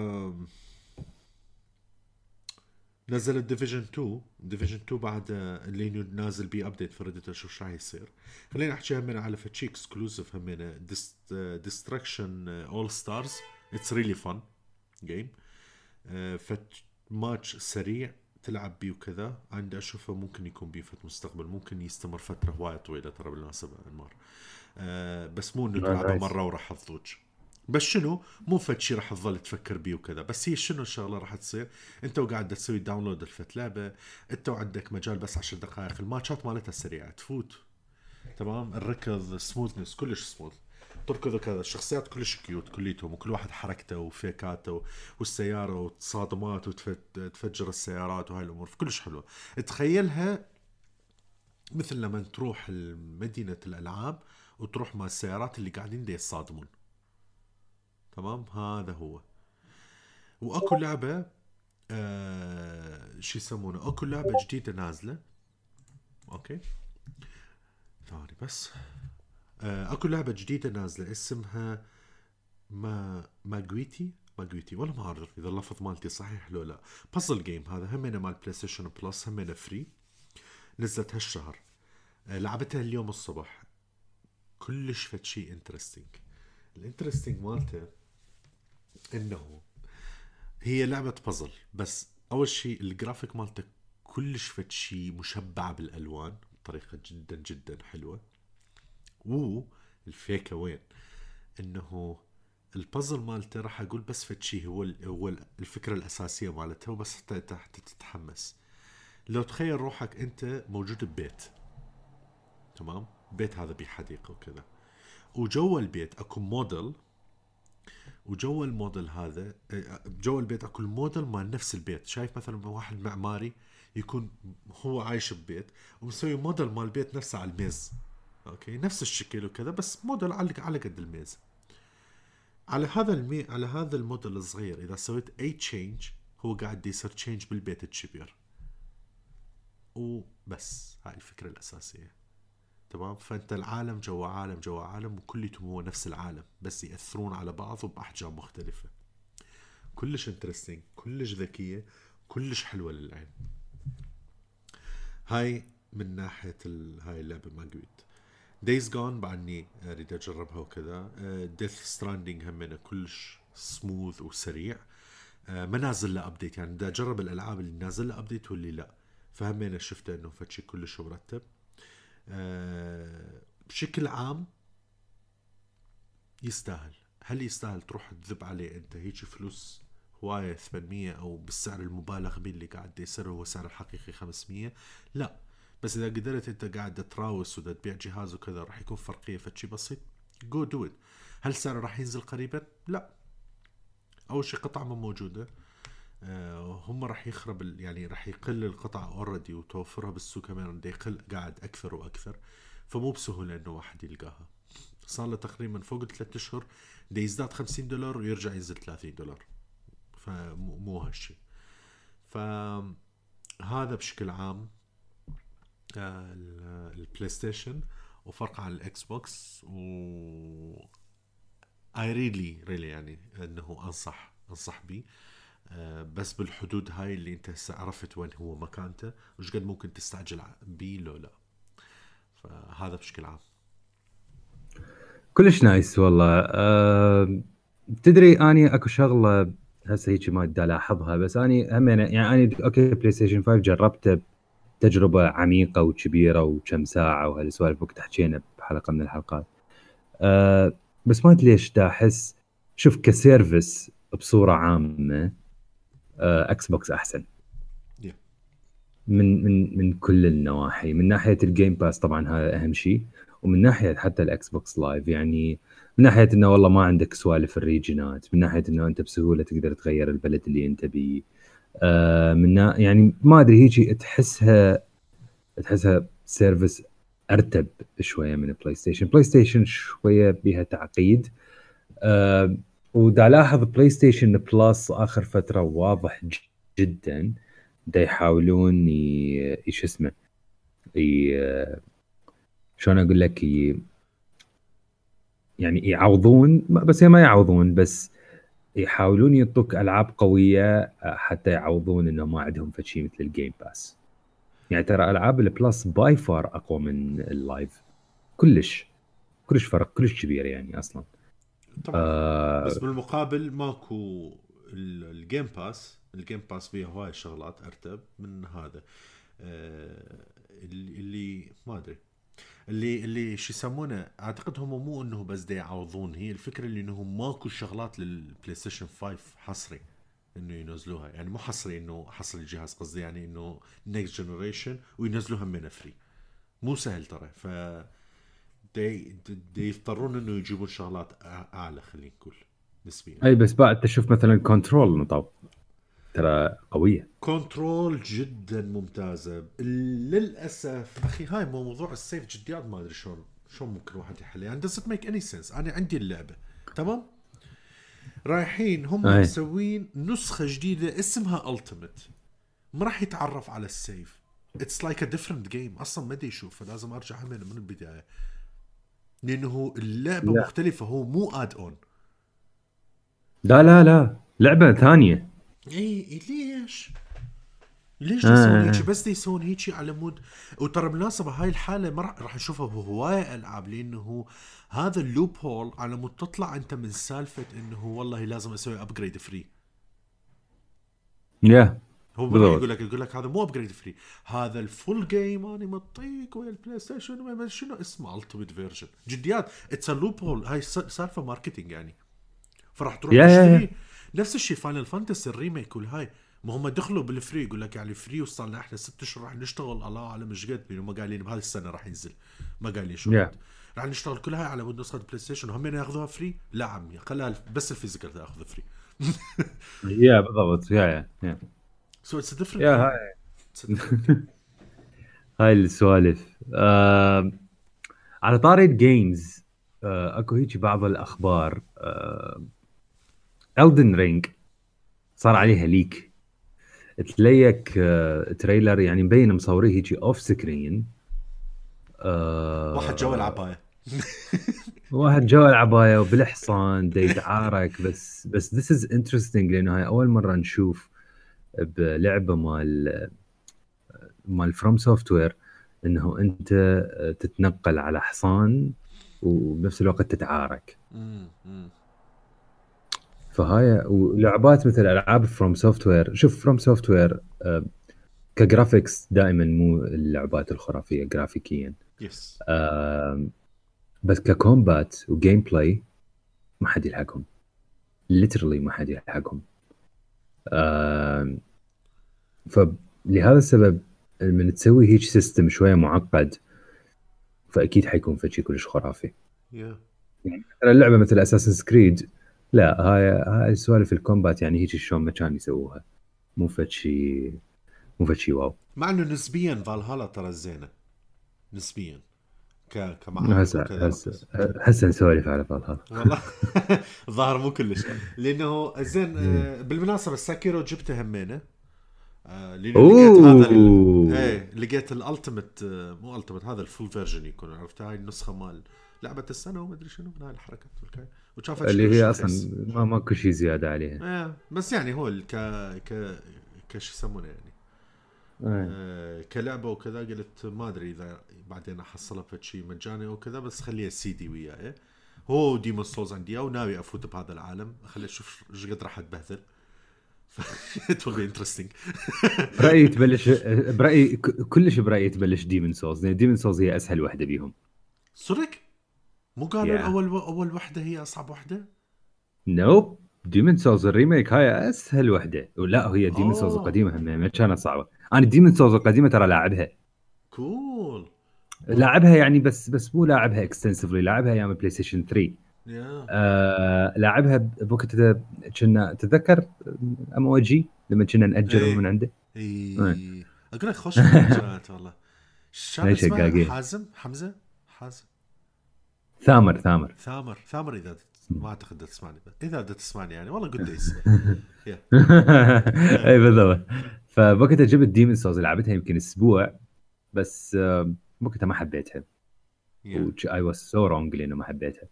نزل الديفيجن 2. ديفيجن 2 بعد اللي نازل بيه ابديت فرديت اشوف شو راح يصير. خلينا نحكي همنا على فتشي اكسكلوسيف همنا ديستركشن اول ستارز. اتس ريلي فن جيم. فت ماتش سريع تلعب بيه وكذا، عندي اشوفه ممكن يكون بيه فت مستقبل، ممكن يستمر فتره هوايه طويله ترى بالمناسبه انمار. بس مو انه تلعبها نايس. مره وراح تضوج. بس شنو مو فد شي راح تظل تفكر بيه وكذا. بس هي شنو الشغله راح تصير، انت وقاعد تسوي داونلود الفت لعبه، انت وعندك مجال بس 10 دقائق، الماتشات مالتها سريعه تفوت، تمام، الركض سموثنس كلش سموث، تركض كذا، الشخصيات كلش كيوت كليتهم، وكل واحد حركته وفيكاته والسياره وتصادمات وتفجر السيارات وهاي الامور كلش حلوه. تخيلها مثل لما تروح مدينه الالعاب وتروح مع السيارات اللي قاعدين دي يصادمون، تمام، هذا هو. واكو لعبه شو يسمونه، اكو لعبه جديده نازله. اوكي ثاني بس. اكو لعبه جديده نازله اسمها ماجويتي والله ما اعرف اذا اللفظ مالتي صحيح لو لا. بازل جيم هذا همينه مال بلاي ستيشن بلس، همينه فري، نزلت هالشهر. لعبتها اليوم الصبح، كلش فد شيء انترستينج. الانترستينج مالته انه هي لعبه بازل، بس اول شيء الجرافيك مالته كلش فد شيء مشبع بالالوان بطريقه جدا جدا حلوه. والفيكه وين انه البازل مالته راح اقول بس فد شيء هو الفكره الاساسيه مالته، وبس حتى تتحمس. لو تخيل روحك انت موجود ببيت، تمام، بيت هذا بحديقه وكذا، وجوا البيت اكو موديل، وجوا الموديل هذا جوا البيت اكو الموديل مال نفس البيت. شايف مثلا واحد معماري يكون هو عايش ببيت ومسوي موديل مال البيت نفسه على الميز، اوكي، نفس الشكل وكذا، بس موديل على قد الميز. على هذا الموديل الصغير اذا سويت اي تشينج هو قاعد يصير تشينج بالبيت الكبير. وبس. هاي الفكرة الأساسية. تمام. فأنت العالم جوا عالم جوا عالم، وكلتهم هو نفس العالم بس يأثرون على بعض وبأحجام مختلفة. كلش انترستينج، كلش ذكية، كلش حلوة للعين. هاي من ناحية هاي اللعبة ما قلت. دايز جون بعدني اريد اجربها وكذا. ديث ستراندينج همينه كلش سموث وسريع. ما نازل له ابديت، يعني بدي اجرب الالعاب اللي نازل له ابديت واللي لا. فهمينه شفته انه فتشي كلش مرتب. بشكل عام يستاهل. هل يستاهل تروح تذب عليه انت هيك فلوس هواية 800 او بالسعر المبالغ به اللي قاعد يصير هو سعر الحقيقي 500؟ لا، بس اذا قدرت انت قاعد تراوس ودا تبيع جهاز وكذا راح يكون فرقية فتشي بسيط. جو دو ات. هل سعره راح ينزل قريبا؟ لا. اول شيء قطعة ما موجودة. هم راح يخرب يعني راح يقل القطع اوريدي وتوفرها بالسوق كمان دا يقل قاعد اكثر واكثر. فمو بسهولة انه واحد يلقاها. صار له تقريبا فوق 3 اشهر دا يزداد $50 ويرجع ينزل $30. فمو هالشيء. فهذا بشكل عام البلاي ستيشن وفرق عن الاكس بوكس. و اي ريلي يعني انه انصح بيه. بس بالحدود هاي اللي انت هسه عرفت وين هو مكانته وش قد ممكن تستعجل بيه لو لا. فهذا بشكل عام كلش نايس والله. تدري اني اكو شغله هسه هيك ما بدي الاحظها، بس اني همين يعني اني اوكي بلاي ستيشن 5 جربته تجربه عميقه وكبيره وكم ساعه وهالسوالف وقت حكينا بحلقه من الحلقات. بس ما ادري ليش دا احس شوف كسيرفيس بصوره عامه اكس بوكس احسن من كل النواحي. من ناحيه الجيم باس طبعا هذا اهم شيء، ومن ناحيه حتى الاكس بوكس لايف، يعني من ناحيه انه والله ما عندك سوالف الريجنات، من ناحيه انه انت بسهوله تقدر تغير البلد اللي انت بيه. يعني ما ادري هيجي تحسها سيرفيس ارتب شويه من بلاي ستيشن شويه بيها تعقيد. ودا الاحظ بلاي ستيشن بلس اخر فتره واضح جدا دا يحاولون ايش اسمه شلون اقول لك يعني يعوضون، بس ما يعوضون، بس يحاولون يعطوك العاب قويه حتى يعوضون انه ما عندهم فشي مثل الجيم باس. يعني ترى العاب البلس باي فار اقوى من اللايف كلش فرق كلش كبير يعني اصلا طبعا. بس بالمقابل ماكو الجيم باس فيه هواي شغلات ارتب من هذا. اللي ما ادري اللي شو يسمونه. اعتقد هم مو انه بس دا يعوضون، هي الفكره اللي انه ماكو شغلات للبلاي ستيشن 5 حصري انه ينزلوها. يعني مو حصري انه حصري الجهاز، قصدي يعني انه نيكست جنريشن وينزلوها من فري. مو سهل ترى. ف دي يضطرون انه يجيبون شغلات اعلى خلينا نقول نسبيا. اي بس بعد تشوف مثلا كنترول نطاق ترى قويه. كنترول جدا ممتازه. للاسف اخي هاي موضوع السيف جديات ما ادري شلون ممكن واحد يحل. يعني doesn't make any sense. انا عندي اللعبه تمام، رايحين هم مسوين نسخه جديده اسمها التيمت، ما راح يتعرف على السيف. اتس لايك ا ديفرنت جيم اصلا ما ادري يشوف. فلازم ارجع من البدايه لانه اللعبه لا. مختلفه، هو مو اد اون. لا لعبه ثانيه. اي ليش يسوون هيك؟ بس يسوون هيك على مود. وترى بالمناسبه هاي الحاله ما راح نشوفها بهوايه العاب، لانه هذا اللوب هول على مود تطلع انت من سالفه انه والله لازم اسوي ابجريد فري. هو يقول لك هذا مو ابجريد فري، هذا الفول جيم انا مطيق ويا البلاي ستيشن وما شنو اسمه التيمت فيرجن. جديات اتس لوب هول. هاي سالفه ماركتينج يعني. فراح تروح تشتري نفس الشيء فاينل فانتسي الريميك والهاي. ما هم دخلوا بالفري، يقول لك يعني فري وصار لنا احنا 6 اشهر راح نشتغل الله اعلم ايش قد، لانه ما قايلين بهذه السنه راح ينزل، ما قايلين شو راح نشتغل كلها على مود نسخه بلاي ستيشن. وهم ياخذوها فري. لا عمي خليها بس الفيزيكال تاخذ فري. يا بالضبط. يا سو اتس ديفرنت. هاي السوالف. على طاري الجيمز اكو هيك بعض الاخبار. Elden Ring صار عليها ليك. تليك تريلر يعني مبين مصوريه هيجي اوف سكرين. واحد جو العباية. واحد جو العباية وبالحصان دا يتعارك. بس this is interesting لأنه هاي أول مرة نشوف بلعبة مال فروم سوفت وير إنه أنت تتنقل على حصان وبنفس الوقت تتعارك. فهاي ولعبات مثل ألعاب فروم سوفت وير. شوف فروم سوفت وير كجرافيكس دائما مو اللعبات الخرافية جرافيكيا. يس. بس ككومبات وجيم بلاي ما حد يلحقهم. literally ما حد يلحقهم. فلهذا السبب من تسوي هيك سيستم شوية معقد فأكيد حيكون فشي كلش خرافي. يعني مثلا اللعبة مثل أساسن كريد لا هاي سوالف الكومبات يعني هيك شلون ما كان يسووها مو فشي واو. مع انه نسبيا فالهالا ترى زينة نسبيا كمعارك وكذا. هسه نسولف على فالهالا والله الظاهر مو كلش لانه زين. بالمناسبة ساكيرو جبته همينه. لقيت هذا لقيت الالتيميت مو التيميت هذا الفول فيرجن يكون عرفت هاي النسخة مال لعبة السنة وما ادري شنو من هاي الحركات وشافت اللي هي اصلا ما كل شيء زيادة عليها. بس يعني هو كش يسمونه يعني كلعبة وكذا. قلت ما ادري اذا بعدين احصلها بشيء مجاني او كذا بس خليها السي دي وياه. هو ديمون سولز عندي وناوي افوت بهذا العالم. خلي اشوف ايش قد راح اتبهذل. it will be interesting. برأيي تبلش برأيي كلش برأيي تبلش ديمون سولز لأن ديمون سولز هي اسهل وحده بيهم. صدق مو قالوا اول وحده هي اصعب وحده؟ نوب ديمون سولز الريميك هاي اسهل وحده. ولا هي ديمون سولز القديمه هم ما كانت صعبه. انا ديمون سولز القديمه ترى لاعبها. كول لاعبها يعني بس مو لاعبها اكستنسفلي. لاعبها ايام بلاي ستيشن 3. لاعبها بوقت كنا تتذكر اموجي لما كنا ناجر من عنده. اقول لك خوش الجات والله. شو اسمه؟ حمزه ثامر اذا ما اعتقد تسمعني. اذا تسمعني يعني والله جود دايز. اي بالضبط. فوقتها جبت ديمون سولز لعبتها يمكن اسبوع بس وقتها ما حبيتها. I was so wrong لانه ما حبيتها.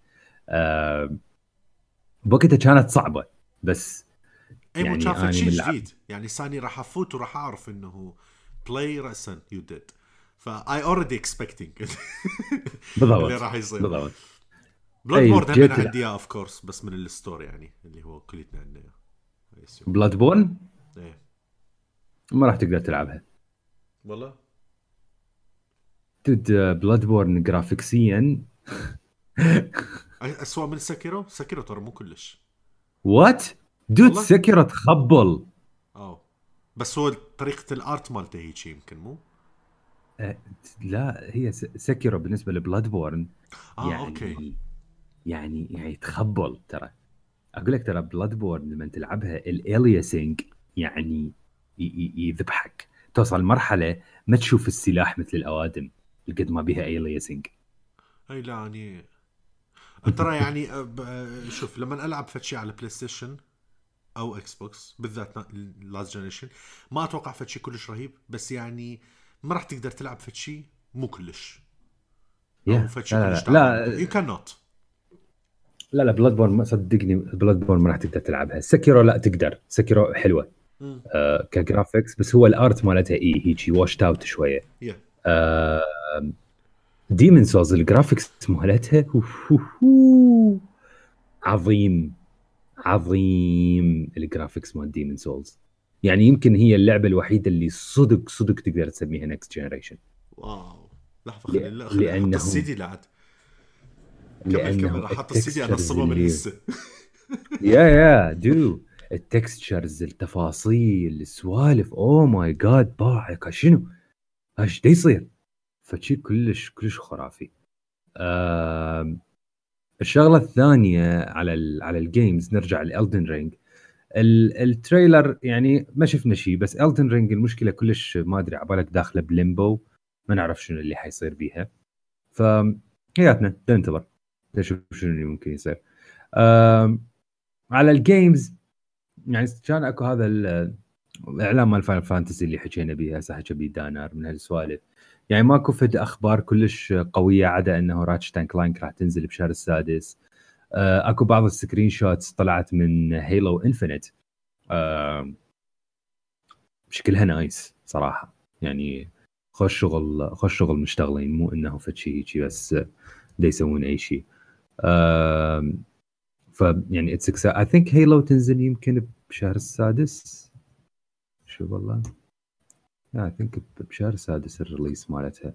بوقتها كانت صعبه بس يعني شافت شيء جديد يعني ثاني راح افوت وراح اعرف انه بلاي راسا يو ديد. فاي اوريدي اكسبكتنج بالضبط اللي راح يصير. بالضبط. بلاد بورن هم عندي اوف كورس بس من الستور يعني اللي هو كليتنا عندنا. بلاد بورن ما راح تقدر تلعبها والله. بلاد بورن جرافيكسيا أسوأ من ساكيرو ترى مو كلش. وات ساكيرو تخبل. بس هو طريقة الارت مالته هيك يمكن مو لا هي ساكيرو بالنسبة لبلاد بورن يعني أوكي. يعني تخبل. ترى اقول لك ترى بلاد بورن لما تلعبها الالياسينج يعني يذبحك. توصل مرحلة ما تشوف السلاح مثل الأوادم قد ما بيها الياسينج. اي لا يعني ترى يعني شوف لما العب فتشي على بلاي ستيشن او اكس بوكس بالذات لاست جنريشن ما اتوقع فتشي كلش رهيب بس يعني ما راح تقدر تلعب فتشي مو كلش او فتشي كلش لا يو كان نوت. لا بلاد بورن ما صدقني بلاد بورن ما راح تقدر تلعبها. سكيرو لا تقدر. سكيرو حلوه كجرافيكس بس هو الارت مالتها هيجي واشت اوت شويه. ديمون سولز الجرافيكس مالتها عظيم الجرافيكس مال ديمون سولز. يعني يمكن هي اللعبه الوحيده اللي صدق تقدر تسميها نكست جنريشن. واو لحظه خليني احط السي دي لعد. كمل راح احط السي دي انا الصبا من هسه. يا دو التكستشرز التفاصيل السوالف او ماي جاد باعك شنو ايش دا يصير. فشي كلش خرافي. الشغله الثانيه على الجيمز نرجع لإلدن رينج. التريلر يعني ما شفنا شيء بس إلدن رينج المشكله كلش ما ادري عبالك داخله بليمبو ما نعرف شنو اللي حيصير بيها. فهياتنا ننتظر نشوف شنو اللي ممكن يصير. على الجيمز يعني كان اكو هذا اعلان مال فاينل فانتسي اللي حكينا بيها هسه، حكى بيه دانر من هالسوالف. يعني ماكو فد اخبار كلش قويه عدا انه راتشت اند كلانك راح تنزل بشهر السادس. اكو بعض السكرين شوتس طلعت من هيلو انفينيت، شكلها نايس صراحه. يعني خوش شغل، خوش شغل مشتغلين، مو انه فد شيء هيجي بس دا يسوون اي شيء. ف يعني اتس اي ثينك هيلو تنزل يمكن بشهر السادس. شو والله، اي ثينك بشهر السادس الريليس مالتها.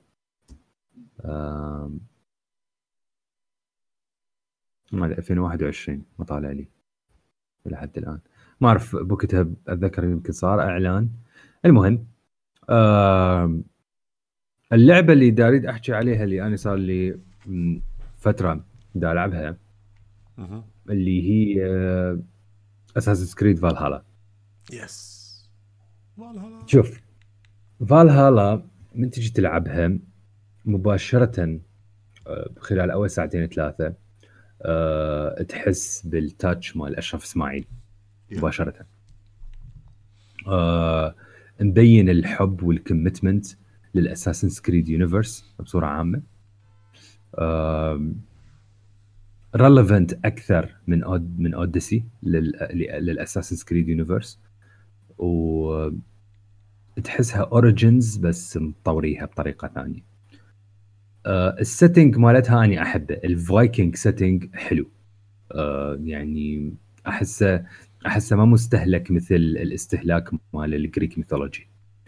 مال 2021 ما طالع لي لحد الان، ما اعرف بوقتها اتذكر يمكن صار اعلان. المهم اللعبه اللي داريد احكي عليها اللي انا صار لي فتره دا العبها، اللي هي اساسن كريد فالهالا. يس فالهالا. شوف فالهالا من تجي تلعبها مباشره خلال اول ساعتين ثلاثه تحس بالتاتش مال اشرف اسماعيل مباشره. مبين الحب والكوميتمنت للاساسن كريد يونيفرس بصوره عامه. ريليفنت اكثر من اوديسي للاساسن كريد يونيفرس، وتحسها اوريجنز بس مطوريها بطريقه ثانيه. السيتنج مالتها اني احبه، الفايكنج سيتنج حلو. يعني احسه ما مستهلك مثل الاستهلاك مال الجريك ميثولوجي.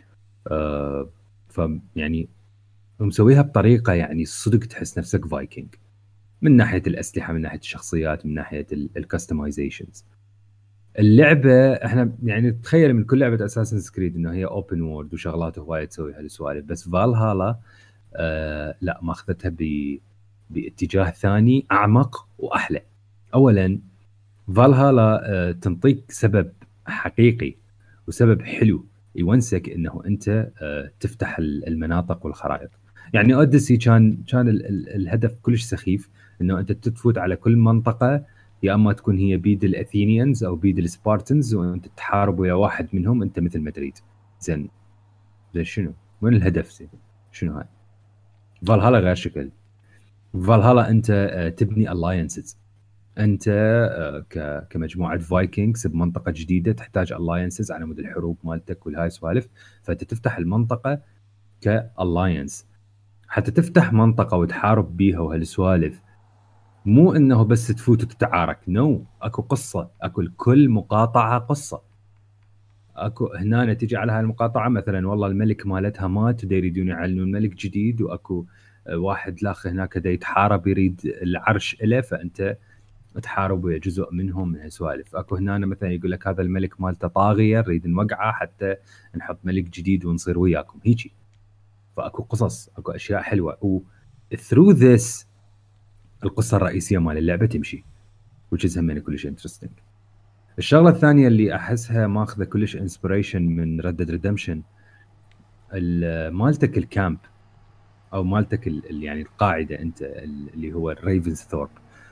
فيعني مسويها بطريقه يعني صدق تحس نفسك فايكنج، من ناحيه الاسلحه، من ناحيه الشخصيات، من ناحيه الكستمايزيشنز. اللعبه احنا يعني تخيل من كل لعبه اساسن كريد انه هي اوبن وورد وشغلات هوايه تسوي هالسوالف، بس فالهالا لا ماخذتها باتجاه ثاني اعمق واحلى. اولا فالهالا تنطيك سبب حقيقي وسبب حلو يونسك انه انت تفتح المناطق والخرائط. يعني اوديسي كان الهدف كلش سخيف، انه انت تفوت على كل منطقه، يا اما تكون هي بيد الاثينيانز او بيد السبارتنز، وانت تحارب ويا واحد منهم انت مثل مدريد. زين شنو؟ وين الهدف؟ زين شنو هاي؟ فالهالا غير شكل. فالهالا انت تبني الاينسز. انت كمجموعه فايكنجز بمنطقه جديده تحتاج الاينسز على مود الحروب مالتك والهاي سوالف، فانت تفتح المنطقه كالاينس. حتى تفتح منطقه وتحارب بيها وهالسوالف، مو انه بس تفوت وتتعارك، نو اكو قصه، اكو كل مقاطعه قصه. اكو هنا تيجي على هالمقاطعه مثلا والله الملك مالتها مات ودا يريدون يعلنون ملك جديد، واكو واحد لاخ هناك دا يتحارب يريد العرش له، فانت تحارب ويا جزء منهم من هالسوالف. اكو هنا مثلا يقول لك هذا الملك مالته طاغيه نريد نوقعه حتى نحط ملك جديد ونصير وياكم هيجي. فاكو قصص، اكو اشياء حلوه، و through this القصه الرئيسيه مال اللعبه تمشي، which is همين كلش interesting. الشغله الثانيه اللي احسها ماخذه كلش انسبريشن من Red Dead Redemption، مالتك الكامب او مالتك يعني القاعده انت اللي هو الريفنز ثورب.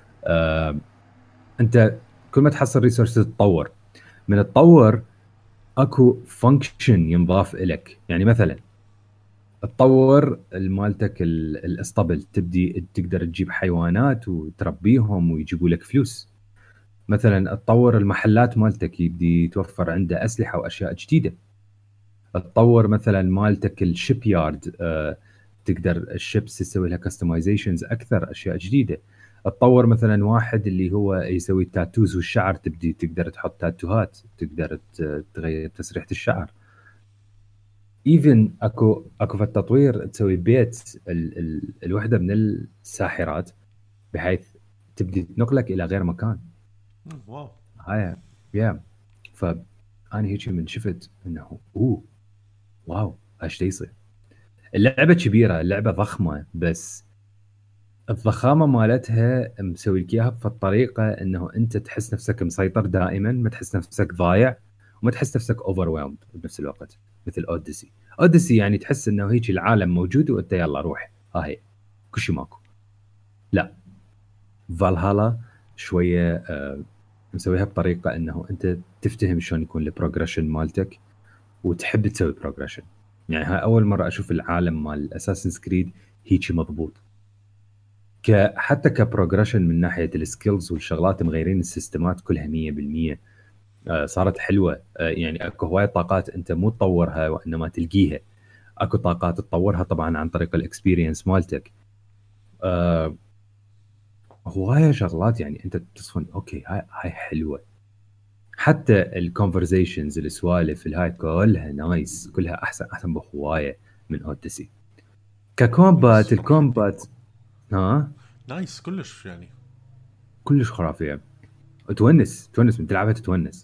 انت كل ما تحصل ريسورس تتطور، من تطور اكو فانكشن ينضاف لك. يعني مثلا تطور مالتك الاسطبل، تبدي تقدر تجيب حيوانات وتربيهم ويجيبوا لك فلوس. مثلا تطور المحلات مالتك، يبدي توفر عنده اسلحه واشياء جديده. تطور مثلا مالتك الشيب يارد، تقدر الشيبس تسوي لها كستمايزيشنز اكثر، اشياء جديده. تطور مثلا واحد اللي هو يسوي التاتوز والشعر، تبدي تقدر تحط تاتوهات، تقدر تغير تسريحه الشعر. ايفن اكو في التطوير تسوي بيت الوحده من الساحرات بحيث تبدي تنقلك الى غير مكان. واو هاي يا فانا هيك من شفت انه واو ايش يصير. اللعبه كبيره، اللعبه ضخمه، بس الضخامه مالتها مسوي لك اياها بطريقه انه انت تحس نفسك مسيطر دائما، ما تحس نفسك ضايع، وما تحس نفسك اوفر بنفس الوقت. مثل اوديسي يعني تحس انه هيك العالم موجود وانت يلا روح ها هي كل شيء ماكو. لا فالهالا شويه مسويها بطريقه انه انت تفتهم شلون يكون البروجريشن مالتك، وتحب تسوي بروجريشن. يعني هاي اول مره اشوف العالم مال اساسن كريد هيك مضبوط، حتى كبروجريشن من ناحيه السكيلز والشغلات، مغيرين السيستمات كلها 100%. صارت حلوه. يعني اكو هواي طاقات انت مو تطورها وانما تلقيها. اكو طاقات تطورها طبعا عن طريق الاكسبيرينس مالتك. هوايه شغلات يعني انت تصفن اوكي هاي حلوه. حتى الكونفرزيشنز السوالف الهاي كلها نايس، كلها احسن بهوايه من اوديسي. ككومبات الكومبات ها نايس كلش يعني، كلش خرافيه. تونس من تلعبها تتونس.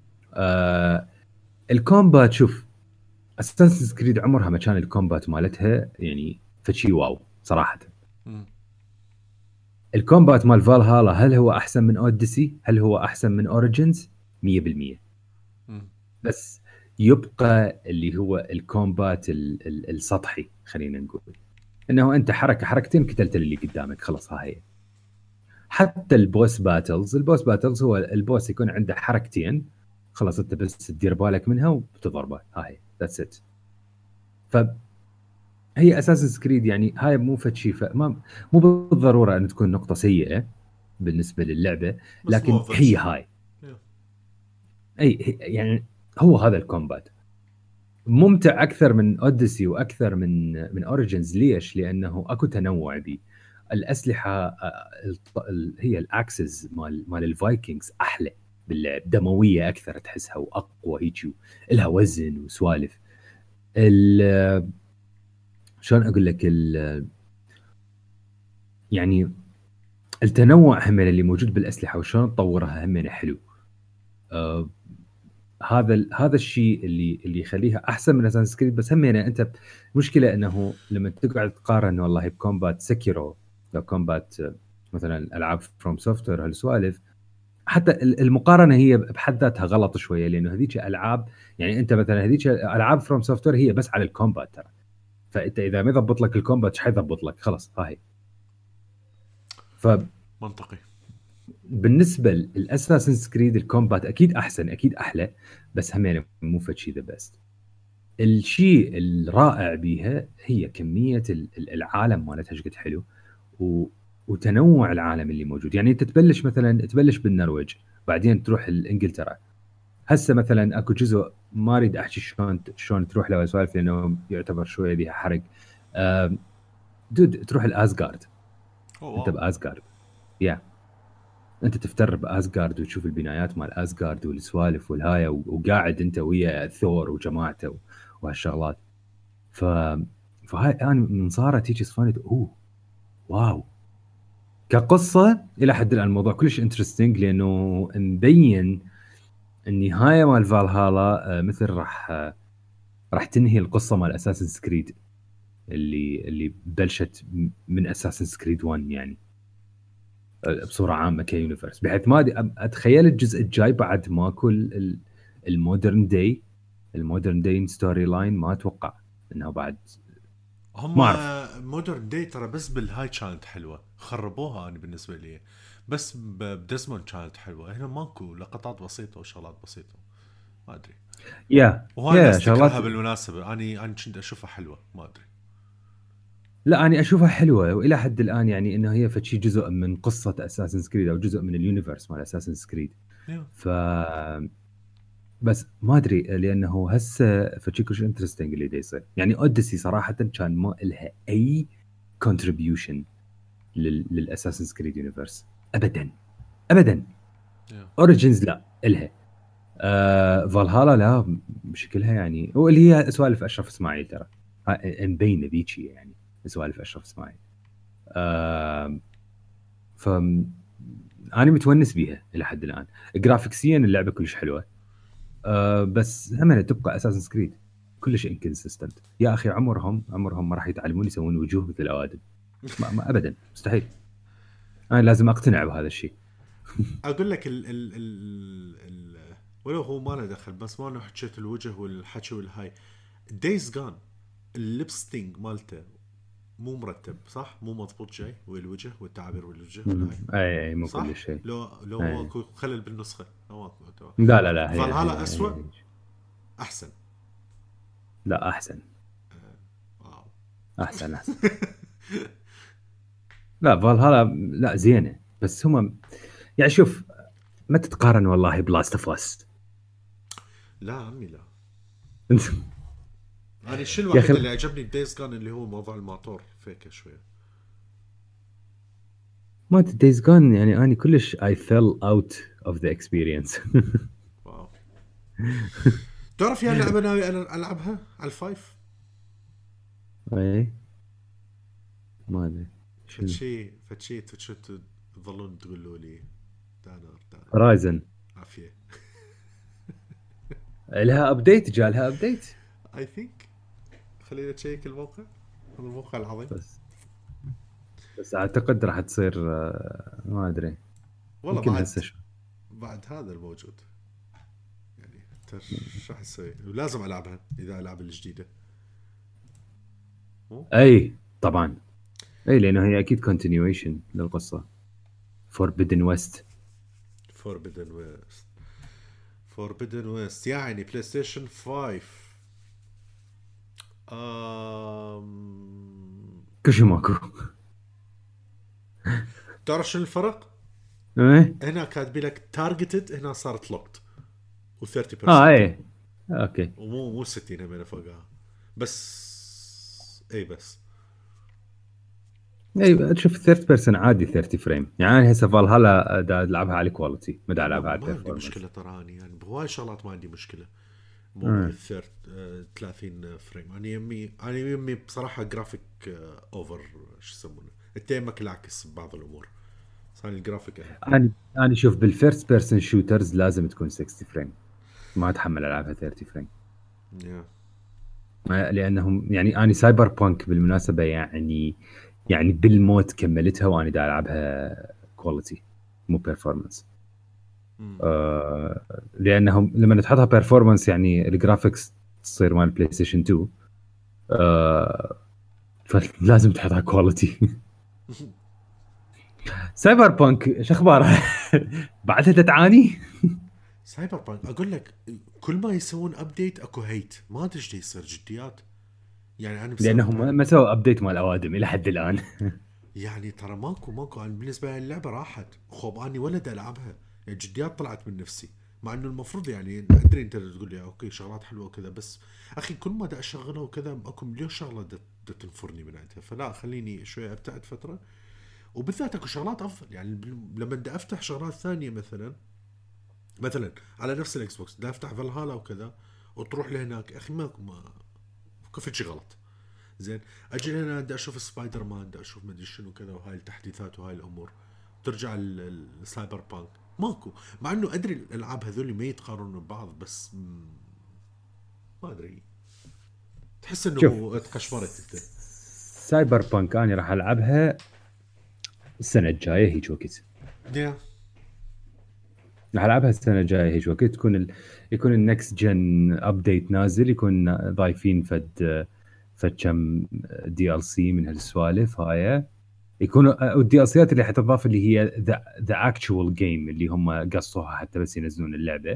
الكومبات شوف، اساسن كريد عمرها ما كان الكومبات مالتها يعني فشي واو صراحه. الكومبات مال فالهالا هل هو احسن من اوديسي؟ هل هو احسن من اوريجينز؟ 100%. بس يبقى اللي هو الكومبات السطحي، خلينا نقول انه انت حركتين قتلت اللي قدامك خلاص. هاي حتى البوس باتلز هو البوس يكون عنده حركتين خلاص، انت بس تدير بالك منها وبتضربه. هاي ذاتس ات. فهي اساسن كريد يعني هاي مو فد شيء، مو بالضروره ان تكون نقطه سيئه بالنسبه للعبه، بس مو لكن افضل هي شيء. هاي يعني هو هذا الكومبات ممتع اكثر من اوديسي واكثر من اوريجينز. ليش؟ لانه اكو تنوع بي الاسلحه. هي الاكسس مال الفايكنجز احلى باللعب، دمويه اكثر تحسها واقوى هيك، لها وزن وسوالف. شلون اقول لك يعني التنوع هم اللي موجود بالاسلحه وشلون تطورها هم حلو. آه هذا الشيء اللي يخليها احسن من اساسن كريد. بس هم يعني انت مشكله انه لما تقعد تقارن والله بكومبات سكيرو لو كومبات مثلا العاب فروم سوفتوير هالسوالف، حتى المقارنه هي بحد ذاتها غلط شويه، لانه هذيك العاب يعني انت مثلا هذيك العاب فروم سوفتوير هي بس على الكومبات ترى. فانت اذا ما يضبط لك الكومبات ايش حيضبط لك؟ خلاص هاي. منطقي. فبالنسبه للاساسن كريد الكومبات اكيد احسن، اكيد احلى، بس هم يعني مو فشي ذا بيست. الشيء الرائع بيها هي كمية العالم مالتها ايش قد حلو، وتنوع العالم اللي موجود. يعني انت تبلش بالنرويج، بعدين تروح لانجلترا. هسه مثلا اكو جزء ما اريد احكي شلون تروح له سوالف لانه يعتبر شويه بيها حرق. دود تروح الاسغارد. انت باسغارد يا انت تفتر باسغارد وتشوف البنايات مال اسغارد والسوالف والهايه، وقاعد انت ويا ثور وجماعته وهالشغلات. ف فهاي انا من صارت هيك صفنت واو. كقصه الى حد الان الموضوع كلش انترستنج، لانه مبين النهايه مال فالهالا مثل راح تنهي القصه مال اساسن كريد اللي بلشت من اساسن كريد 1 يعني بصوره عامه كيونيفرس، بحيث ما اتخيل الجزء الجاي بعد ماكو المودرن داي ستوري لاين. ما اتوقع انه بعد. هم ما اعرف. مودرن داي ترى بس بالهاي كانت حلوه، خربوها انا بالنسبه لي. بس بديزموند كانت حلوه، هنا ماكو لقطات بسيطه وشغلات بسيطه، ما ادري. وهاي يا ناس شغلات. تكرهها بالمناسبه، انا كنت اشوفها حلوه، ما ادري. لا أنا أشوفها حلوة وإلى حد الآن، يعني إنه هي فشي جزء من قصة أساسن كريد أو جزء من اليونيفرس مال أساسن كريد. ف بس ما أدري لأنه هسه فشي كلش انترستنج اللي دا يصير. يعني أوديسي صراحة كان ما إلها أي كونتريبيوشن للأساسن كريد يونيفرس أبدا أبدا. أوريجينز لا إلها. فالهالا لا بشكلها يعني، واللي هي سوالف أشرف إسماعيل ترى مبينة ذيك يعني سوالف أشرف إسماعيل. ف انا متونس بيها الى حد الان. جرافيكسيا اللعبه كلش حلوه. بس هم تبقى اساسن كريد كلش انكونسيستنت يا اخي. عمرهم ما راح يتعلمون يسوون وجوه مثل الاوادم. ما ابدا مستحيل. انا لازم اقتنع بهذا الشيء. اقول لك ولو هو ما له دخل، بس ما انه حكيت الوجه والحكي والهاي. دايز جان اللبستينج مالته مو مرتب، صح؟ مو مضبوط جاي، والوجه والتعابير والوجه والهاي، اي مو كل صح؟ شيء. لو اي ماكو خلل بالنسخه، لو ماكو. لا فالهالا اسوأ احسن. لا احسن. واو. احسن. لا فالهالا لا زينه، بس هم يعني شوف، ما تتقارن والله بلاست اوف اس. لا عمي لا. انا الشيء يا الوحيد اخي اللي عجبني بدايز كان اللي هو موضوع الماطور فيك شويه. ما دايز جون يعني اني كلش I fell out of the experience. واو. تعرف يا لعبه ناوي انا العبها على الفايف. اي ما ادري شنو. فتشي تظلون تقولوا لي دانر هورايزن عافيه. لها ابديت، جاء لها ابديت. اي ثينك. خلينا نشيك الموقع، هذا الموقع العظيم. بس اعتقد راح تصير ما ادري، والله يمكن هسه شو. بعد هذا الموجود يعني انت شو راح تسوي؟ ولازم العبها اذا العب الجديده. اي طبعا، اي لانه هي اكيد continuation للقصه. Forbidden West. فوربيدن ويست. فوربيدن ويست يعني بلاي ستيشن 5. كل شيء ماكو. تعرف شنو الفرق؟ ايه هنا كاتبي لك تارجتد، هنا صارت لوكت و30%. ايه اوكي. ومو 60 هم فوقها بس. اي بس اي تشوف ثيرد بيرسون عادي 30 فريم، يعني هسه فالهالا دا العبها على كواليتي، ما دا العبها على ما عندي البرفورمانس. مشكله تراني يعني بهواي شغلات ما عندي مشكله. موضوع أه. الثيرد 30 فريم. انا يمي بصراحه جرافيك اوفر شو يسمونه التيمك العكس ببعض الامور. صار الجرافيك انا شوف بالفيرست بيرسون شوترز لازم تكون 60 فريم، ما اتحمل العبها 30 فريم. yeah. لانهم يعني انا سايبر بانك بالمناسبه يعني بالموت كملتها وانا دا العبها كواليتي مو بيرفورمانس. لانهم لما تحطها بيرفورمانس يعني الجرافيكس تصير مال بلاي ستيشن 2، فلازم تحطها كواليتي. سايبر بانك شو اخبارها؟ بعدها تعاني. سايبر بانك اقول لك كل ما يسوون ابديت اكو هيت، ما ادري ايش يصير جديات. يعني انا بسبب لانهم ما سووا ابديت مال اوادم الى حد الان. يعني ترى ماكو انا بالنسبه لي اللعبه راحت خوب اني ولد العبها. يعني جديات طلعت من نفسي، مع انه المفروض يعني ادري انت تقول لي اوكي شغلات حلوه وكذا، بس اخي كل ما دا اشغلها وكذا اكو مليون شغله دا تنفرني من عندها. فلا خليني شوي ابتعد فتره، وبالذات اكو شغلات افضل. يعني لما بدي افتح شغلات ثانيه مثلا على نفس الاكس بوكس بدي افتح فالهالا وكذا وتروح لهناك، اخي ما كيف شيء غلط. زين اجي هنا بدي اشوف سبايدر مان، بدي اشوف مدري شنو كذا وهاي التحديثات وهاي الامور، ترجع السايبر بانك ماكو. مع انه ادري الالعاب هذول ما يتقارنوا ببعض، بس ما ادري تحس انه اتقشمرت انت. سايبر بانك انا راح العبها السنه الجايه هيك وقت. راح العبها السنه الجايه هيك وقت يكون النكست جن ابديت نازل، يكون ضايفين فد كم دي ال سي من هالسوالف هاي، يكونوا الدي ال سيات اللي حتضاف اللي هي ذا اكتشوال جيم اللي هم قصوها حتى بس ينزلون اللعبه.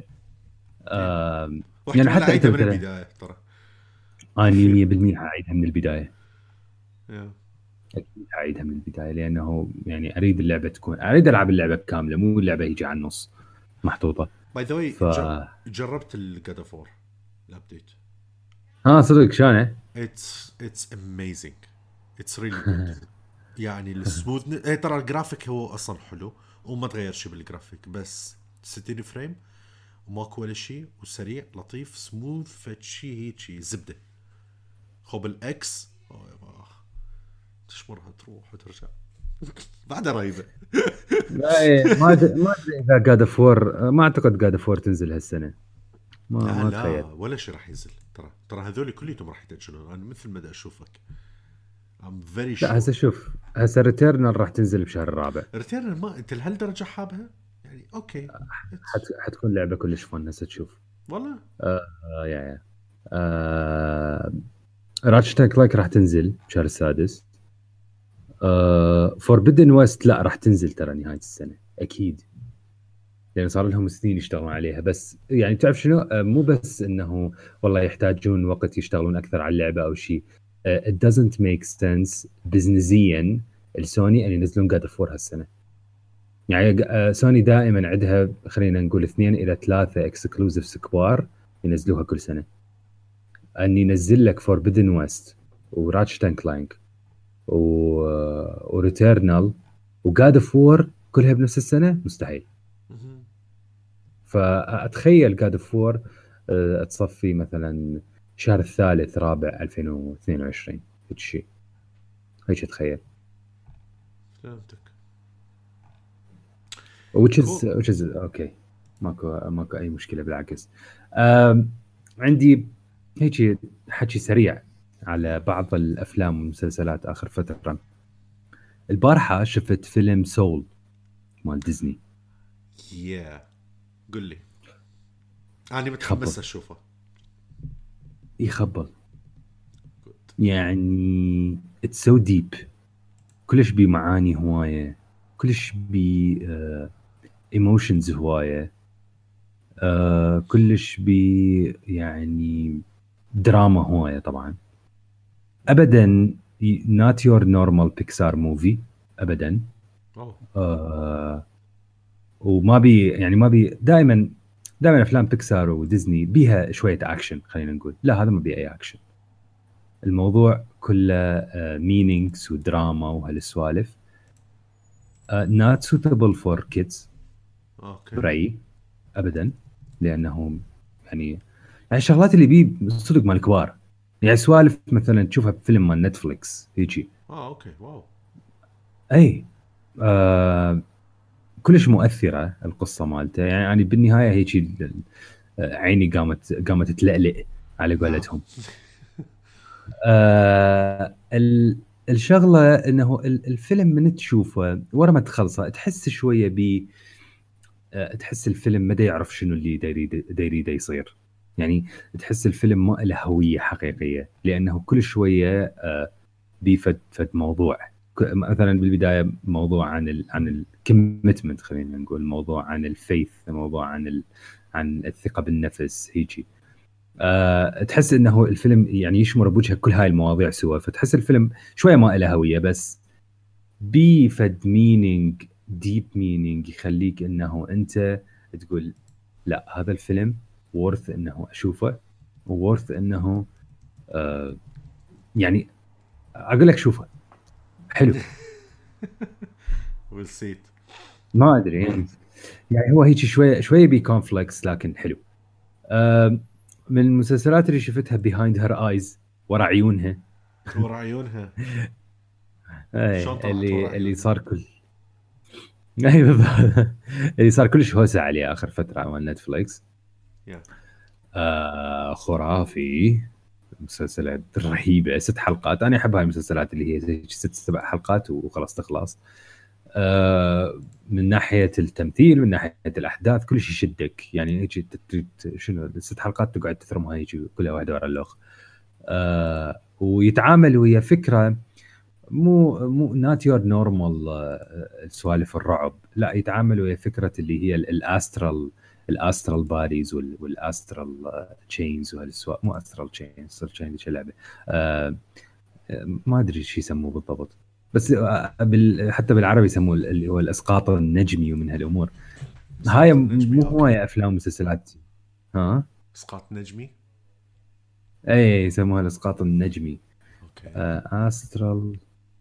يعني حتى انت من البدايه ترى اني 100% اعيدها من البدايه. yeah. اكيد اعيدها من البدايه، لانه يعني اريد اللعبه تكون، اريد العب اللعبه كامله، مو اللعبه يجي على النص محطوطه. باي ذا واي جربت الجاد اوف وور الابديت؟ صدق شانه؟ اتس اميزنج، اتس ريلي جود. يعني السموث ترى الجرافيك هو اصلا حلو وما تغير شيء بالجرافيك، بس 60 فريم وماكو ولا شيء وسريع لطيف سموث فتشي هيك زبده. خب الاكس تشمرها تروح وترجع بعدها رهيبه. ما ادري اذا جاد اوف وور، ما اعتقد جاد اوف وور تنزل هالسنه. ما لا ولا شيء راح ينزل. ترى هذول كليتهم راح يتاجلون. انا مثل ما دا اشوفك I'm very sure. لا هسه شوف، هسه ريتيرنال راح تنزل بشهر الرابع. ريتيرنال ما انت لهالدرجه حابها يعني؟ اوكي حتكون لعبه كلش فن هسه تشوف والله. يا راتشت اند كلانك راح تنزل بشهر السادس. فوربيدن ويست لا راح تنزل ترى نهايه السنه اكيد. لان صار لهم سنين يشتغلون عليها. بس يعني تعرف شنو، مو بس انه والله يحتاجون وقت يشتغلون اكثر على اللعبه او شيء. it doesn't make sense بزنسيا السوني ان ينزلون جاد اوف 4 هالسنه. يعني سوني دائما عندها خلينا نقول 2 إلى 3 اكسكلوزيفز كبار ينزلوها كل سنه. ان ينزل لك فوربيدن ويست وراتشت اند كلانك وريتيرنال وجاد اوف 4 كلها بنفس السنه مستحيل. فاتخيل جاد اوف 4 تصفي مثلا شهر الثالث رابع 2022 هيك شيء، هيك اتخيل. فهمتك. which is اوكي، ماكو اي مشكله بالعكس. عندي هيك حكي سريع على بعض الافلام والمسلسلات اخر فتره. البارحه شفت فيلم سول مال ديزني. قل لي، انا متحمس اشوفه. يخبل يعني it's so deep، كلش بي معاني هوايه، كلش بي emotions هوايه، كلش بي يعني دراما هوايه طبعا. ابدا not your normal Pixar movie ابدا. وما بي يعني ما بي دائما افلام بيكسار وديزني بيها شويه اكشن خلينا نقول، لا هذا ما بي اي اكشن. الموضوع كله مينينجز ودراما وهالسوالف. not suitable for kids. برأيي ابدا، لانه يعني الشغلات اللي بيه صدق مال الكبار، يعني سوالف مثلا تشوفها بفيلم مال نتفليكس هيجي. اوكي واو. اي كلش مؤثره القصه مالته، يعني بالنهايه هيك عيني قامت تلألئ على قولتهم. الشغله انه الفيلم من تشوفه ورا ما تخلصه تحس شويه تحس الفيلم ما يعرف شنو اللي يريد يصير. يعني تحس الفيلم ما له هويه حقيقيه، لانه كل شويه بيفد موضوع. مثلا بالبدايه موضوع عن الكوميتمنت خلينا نقول، موضوع عن الفيث، موضوع عن الثقه بالنفس هيجي. تحس انه الفيلم يعني يشمر بوجهه كل هاي المواضيع سوا، فتحس الفيلم شويه ما له هويه، بس بيفد مينينج، ديب مينينج يخليك انه انت تقول لا هذا الفيلم وورث انه اشوفه، وورث انه يعني اقول لك شوفه حلو. والسيت ما ادري يعني هو هيك شويه بي كونفلكس لكن حلو. من المسلسلات اللي شفتها بيهايند هير ايز، ورا عيونها. ورا عيونها. اللي صار كل اي بالضبط اللي صار كلش هوسه عليه اخر فتره على نتفليكس. خرافي، مسلسلات رهيبه، 6 حلقات. انا احب هاي المسلسلات اللي هي زي 6-7 حلقات وخلاص تخلص. من ناحيه التمثيل، من ناحيه الاحداث، كل شيء يشدك. يعني هيك شنو 6 حلقات تقعد تثرمها هيك كلها واحده ورا الاخ. ويتعامل ويا فكره مو نات يور نورمال سوالف الرعب، لا يتعامل ويا فكره اللي هي الاسترال باديز والاسترال تشينز وهالسوالف. مو استرال تشينز، تشينز لعبه ما ادري شو يسموه بالضبط، بس حتى بالعربي يسموه اللي هو الاسقاط النجمي ومن هالامور. هاي مو هوايه افلام ومسلسلات. اسقاط نجمي، اي يسموها الاسقاط النجمي. اوكي. استرال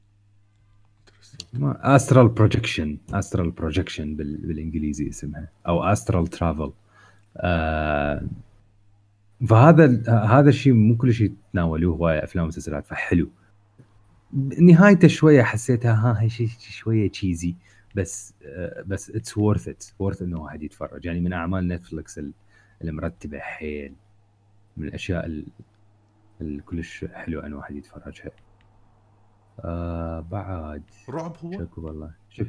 استرال بروجكشن بالانجليزي اسمها، او استرال ترافل. فهذا الشيء مو كل شيء تناولوه هوايه افلام ومسلسلات، فحلو. نهايته شويه حسيتها هاي شيء شويه تشيزي، بس اتس وورث انه واحد يتفرج. يعني من اعمال نتفلكس المرتبه حيل، من الاشياء الكلش حلو ان واحد يتفرجها. بعد رعب هو؟ شكو والله. شوف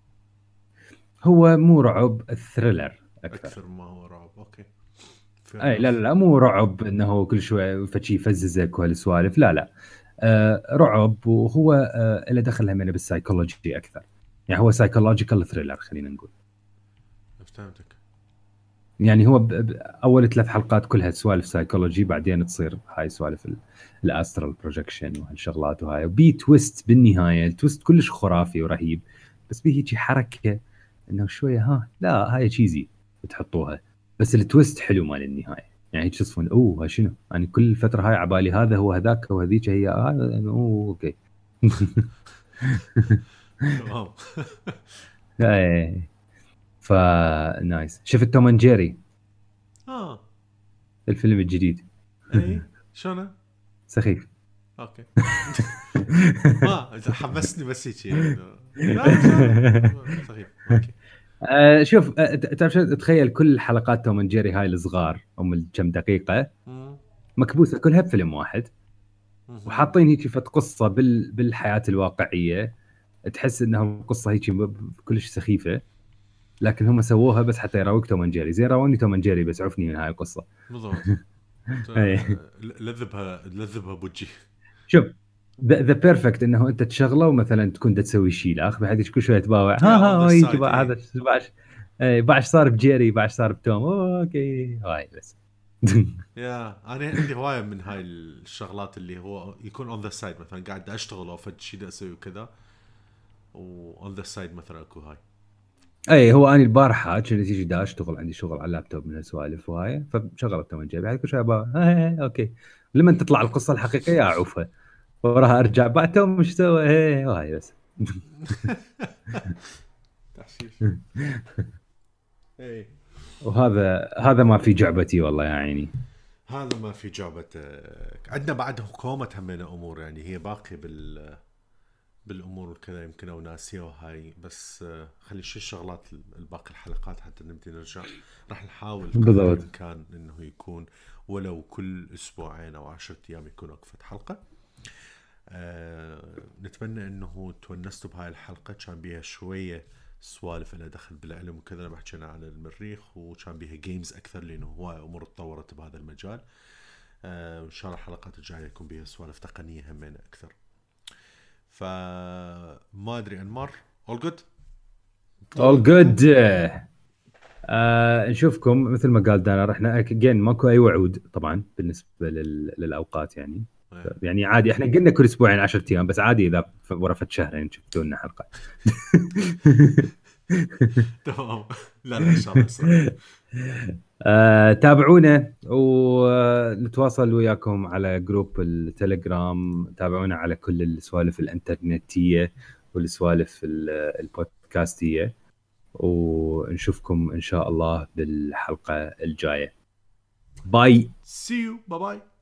هو مو رعب، الثريلر اكثر ما هو رعب. اوكي. اي لا مو رعب انه كل شوي فشي يفززك وهالسوالف، لا رعب، وهو له دخل همنا بالسايكولوجي اكثر. يعني هو سايكولوجيكال ثريلر خلينا نقول. فهمتك. يعني هو اول 3 حلقات كلها سوالف سايكولوجي، بعدين تصير هاي سوالف الاسترال بروجكشن وهالشغلات وهاي، وبي تويست بالنهايه، التويست كلش خرافي ورهيب، بس بيه هيك حركه انه شويه ها لا هاي تشيزي بتحطوها، بس التويست حلو مال النهايه. يعني هيك تصفون اوه شنو يعني كل الفتره هاي عبالي هذا هو هذاك وهذيك هي اوه اوكي. تمام. ايه نايس. شفت توم اند جيري اه الفيلم الجديد؟ اي شلونه؟ سخيف. اوكي. ما حمسني بس هيك لا شلون صغير. اوكي. شوف تعرف تخيل كل حلقات توم اند جيري هاي الصغار ام كم دقيقه مم. مكبوسه كلها بفيلم واحد، مهم. وحاطين هيك فت قصه بالحياه الواقعيه، تحس انها قصه هيك كلش سخيفه، لكن هم سووها بس حتى يراويك توم اند جيري، زي راوني توم اند جيري بس عفني من هاي القصه. بالضبط. أي. لذبها بوجي. شوف ذا بيرفكت انه انت تشغله ومثلا تكون دا تسوي شيء لاخ بحيث كل شويه تباوع يا اون ذا هاي سايد. بقى هذا باش باش صار بجيري باش صار بتوم اوكي هاي بس. يا انا عندي هوايه من هاي الشغلات اللي هو يكون اون ذا سايد، مثلا قاعد اشتغل او فد شيء اسوي وكذا، واون ذا سايد مثلا اكو هاي. اي هو اني البارحه كنت تيجي دا اشتغل، عندي شغل على اللابتوب من السوالف وهاي، فشغلت توم جيبي هاي كل شويه اوكي، لما تطلع القصه الحقيقيه اعوفها وراها ارجع بعد توم مش سوى وهاي بس. تحشيش. اي وهذا ما في جعبتي والله يا عيني. هذا ما في جعبة. عندنا بعد كومة همينة امور، يعني هي باقي بالامور وكذا، يمكن او ناسيه وهاي، بس خلي شو الشغلات الباقي الحلقات حتى نبدي نرجع. راح نحاول قدر بالضبط. الامكان انه يكون ولو كل اسبوعين او 10 ايام يكون وقفة حلقة. نتمنى انه تونستوا بهاي الحلقة، كان بيها شوية سوالف لها دخل بالعلم وكذا، لما حكينا عن المريخ، وكان بيها جيمز اكثر لانه هواي امور تطورت بهذا المجال. ان شاء الله الحلقات الجايه يكون بيها سوالف تقنيه همين اكثر. فما ادري انمار. all good. all good. نشوفكم مثل ما قال دانا، احنا جين ماكو اي وعود طبعا بالنسبه للاوقات يعني. يعني عادي احنا قلنا كل اسبوعين 10 ايام، بس عادي اذا ورفت شهرين شفتوا لنا حلقه. تمام. لا ان شاء الله يصير. تابعونا ونتواصل وياكم على جروب التليجرام، تابعونا على كل السوالف الانترنتيه والسوالف البودكاستيه، ونشوفكم ان شاء الله بالحلقه الجايه. باي. see you. باي باي.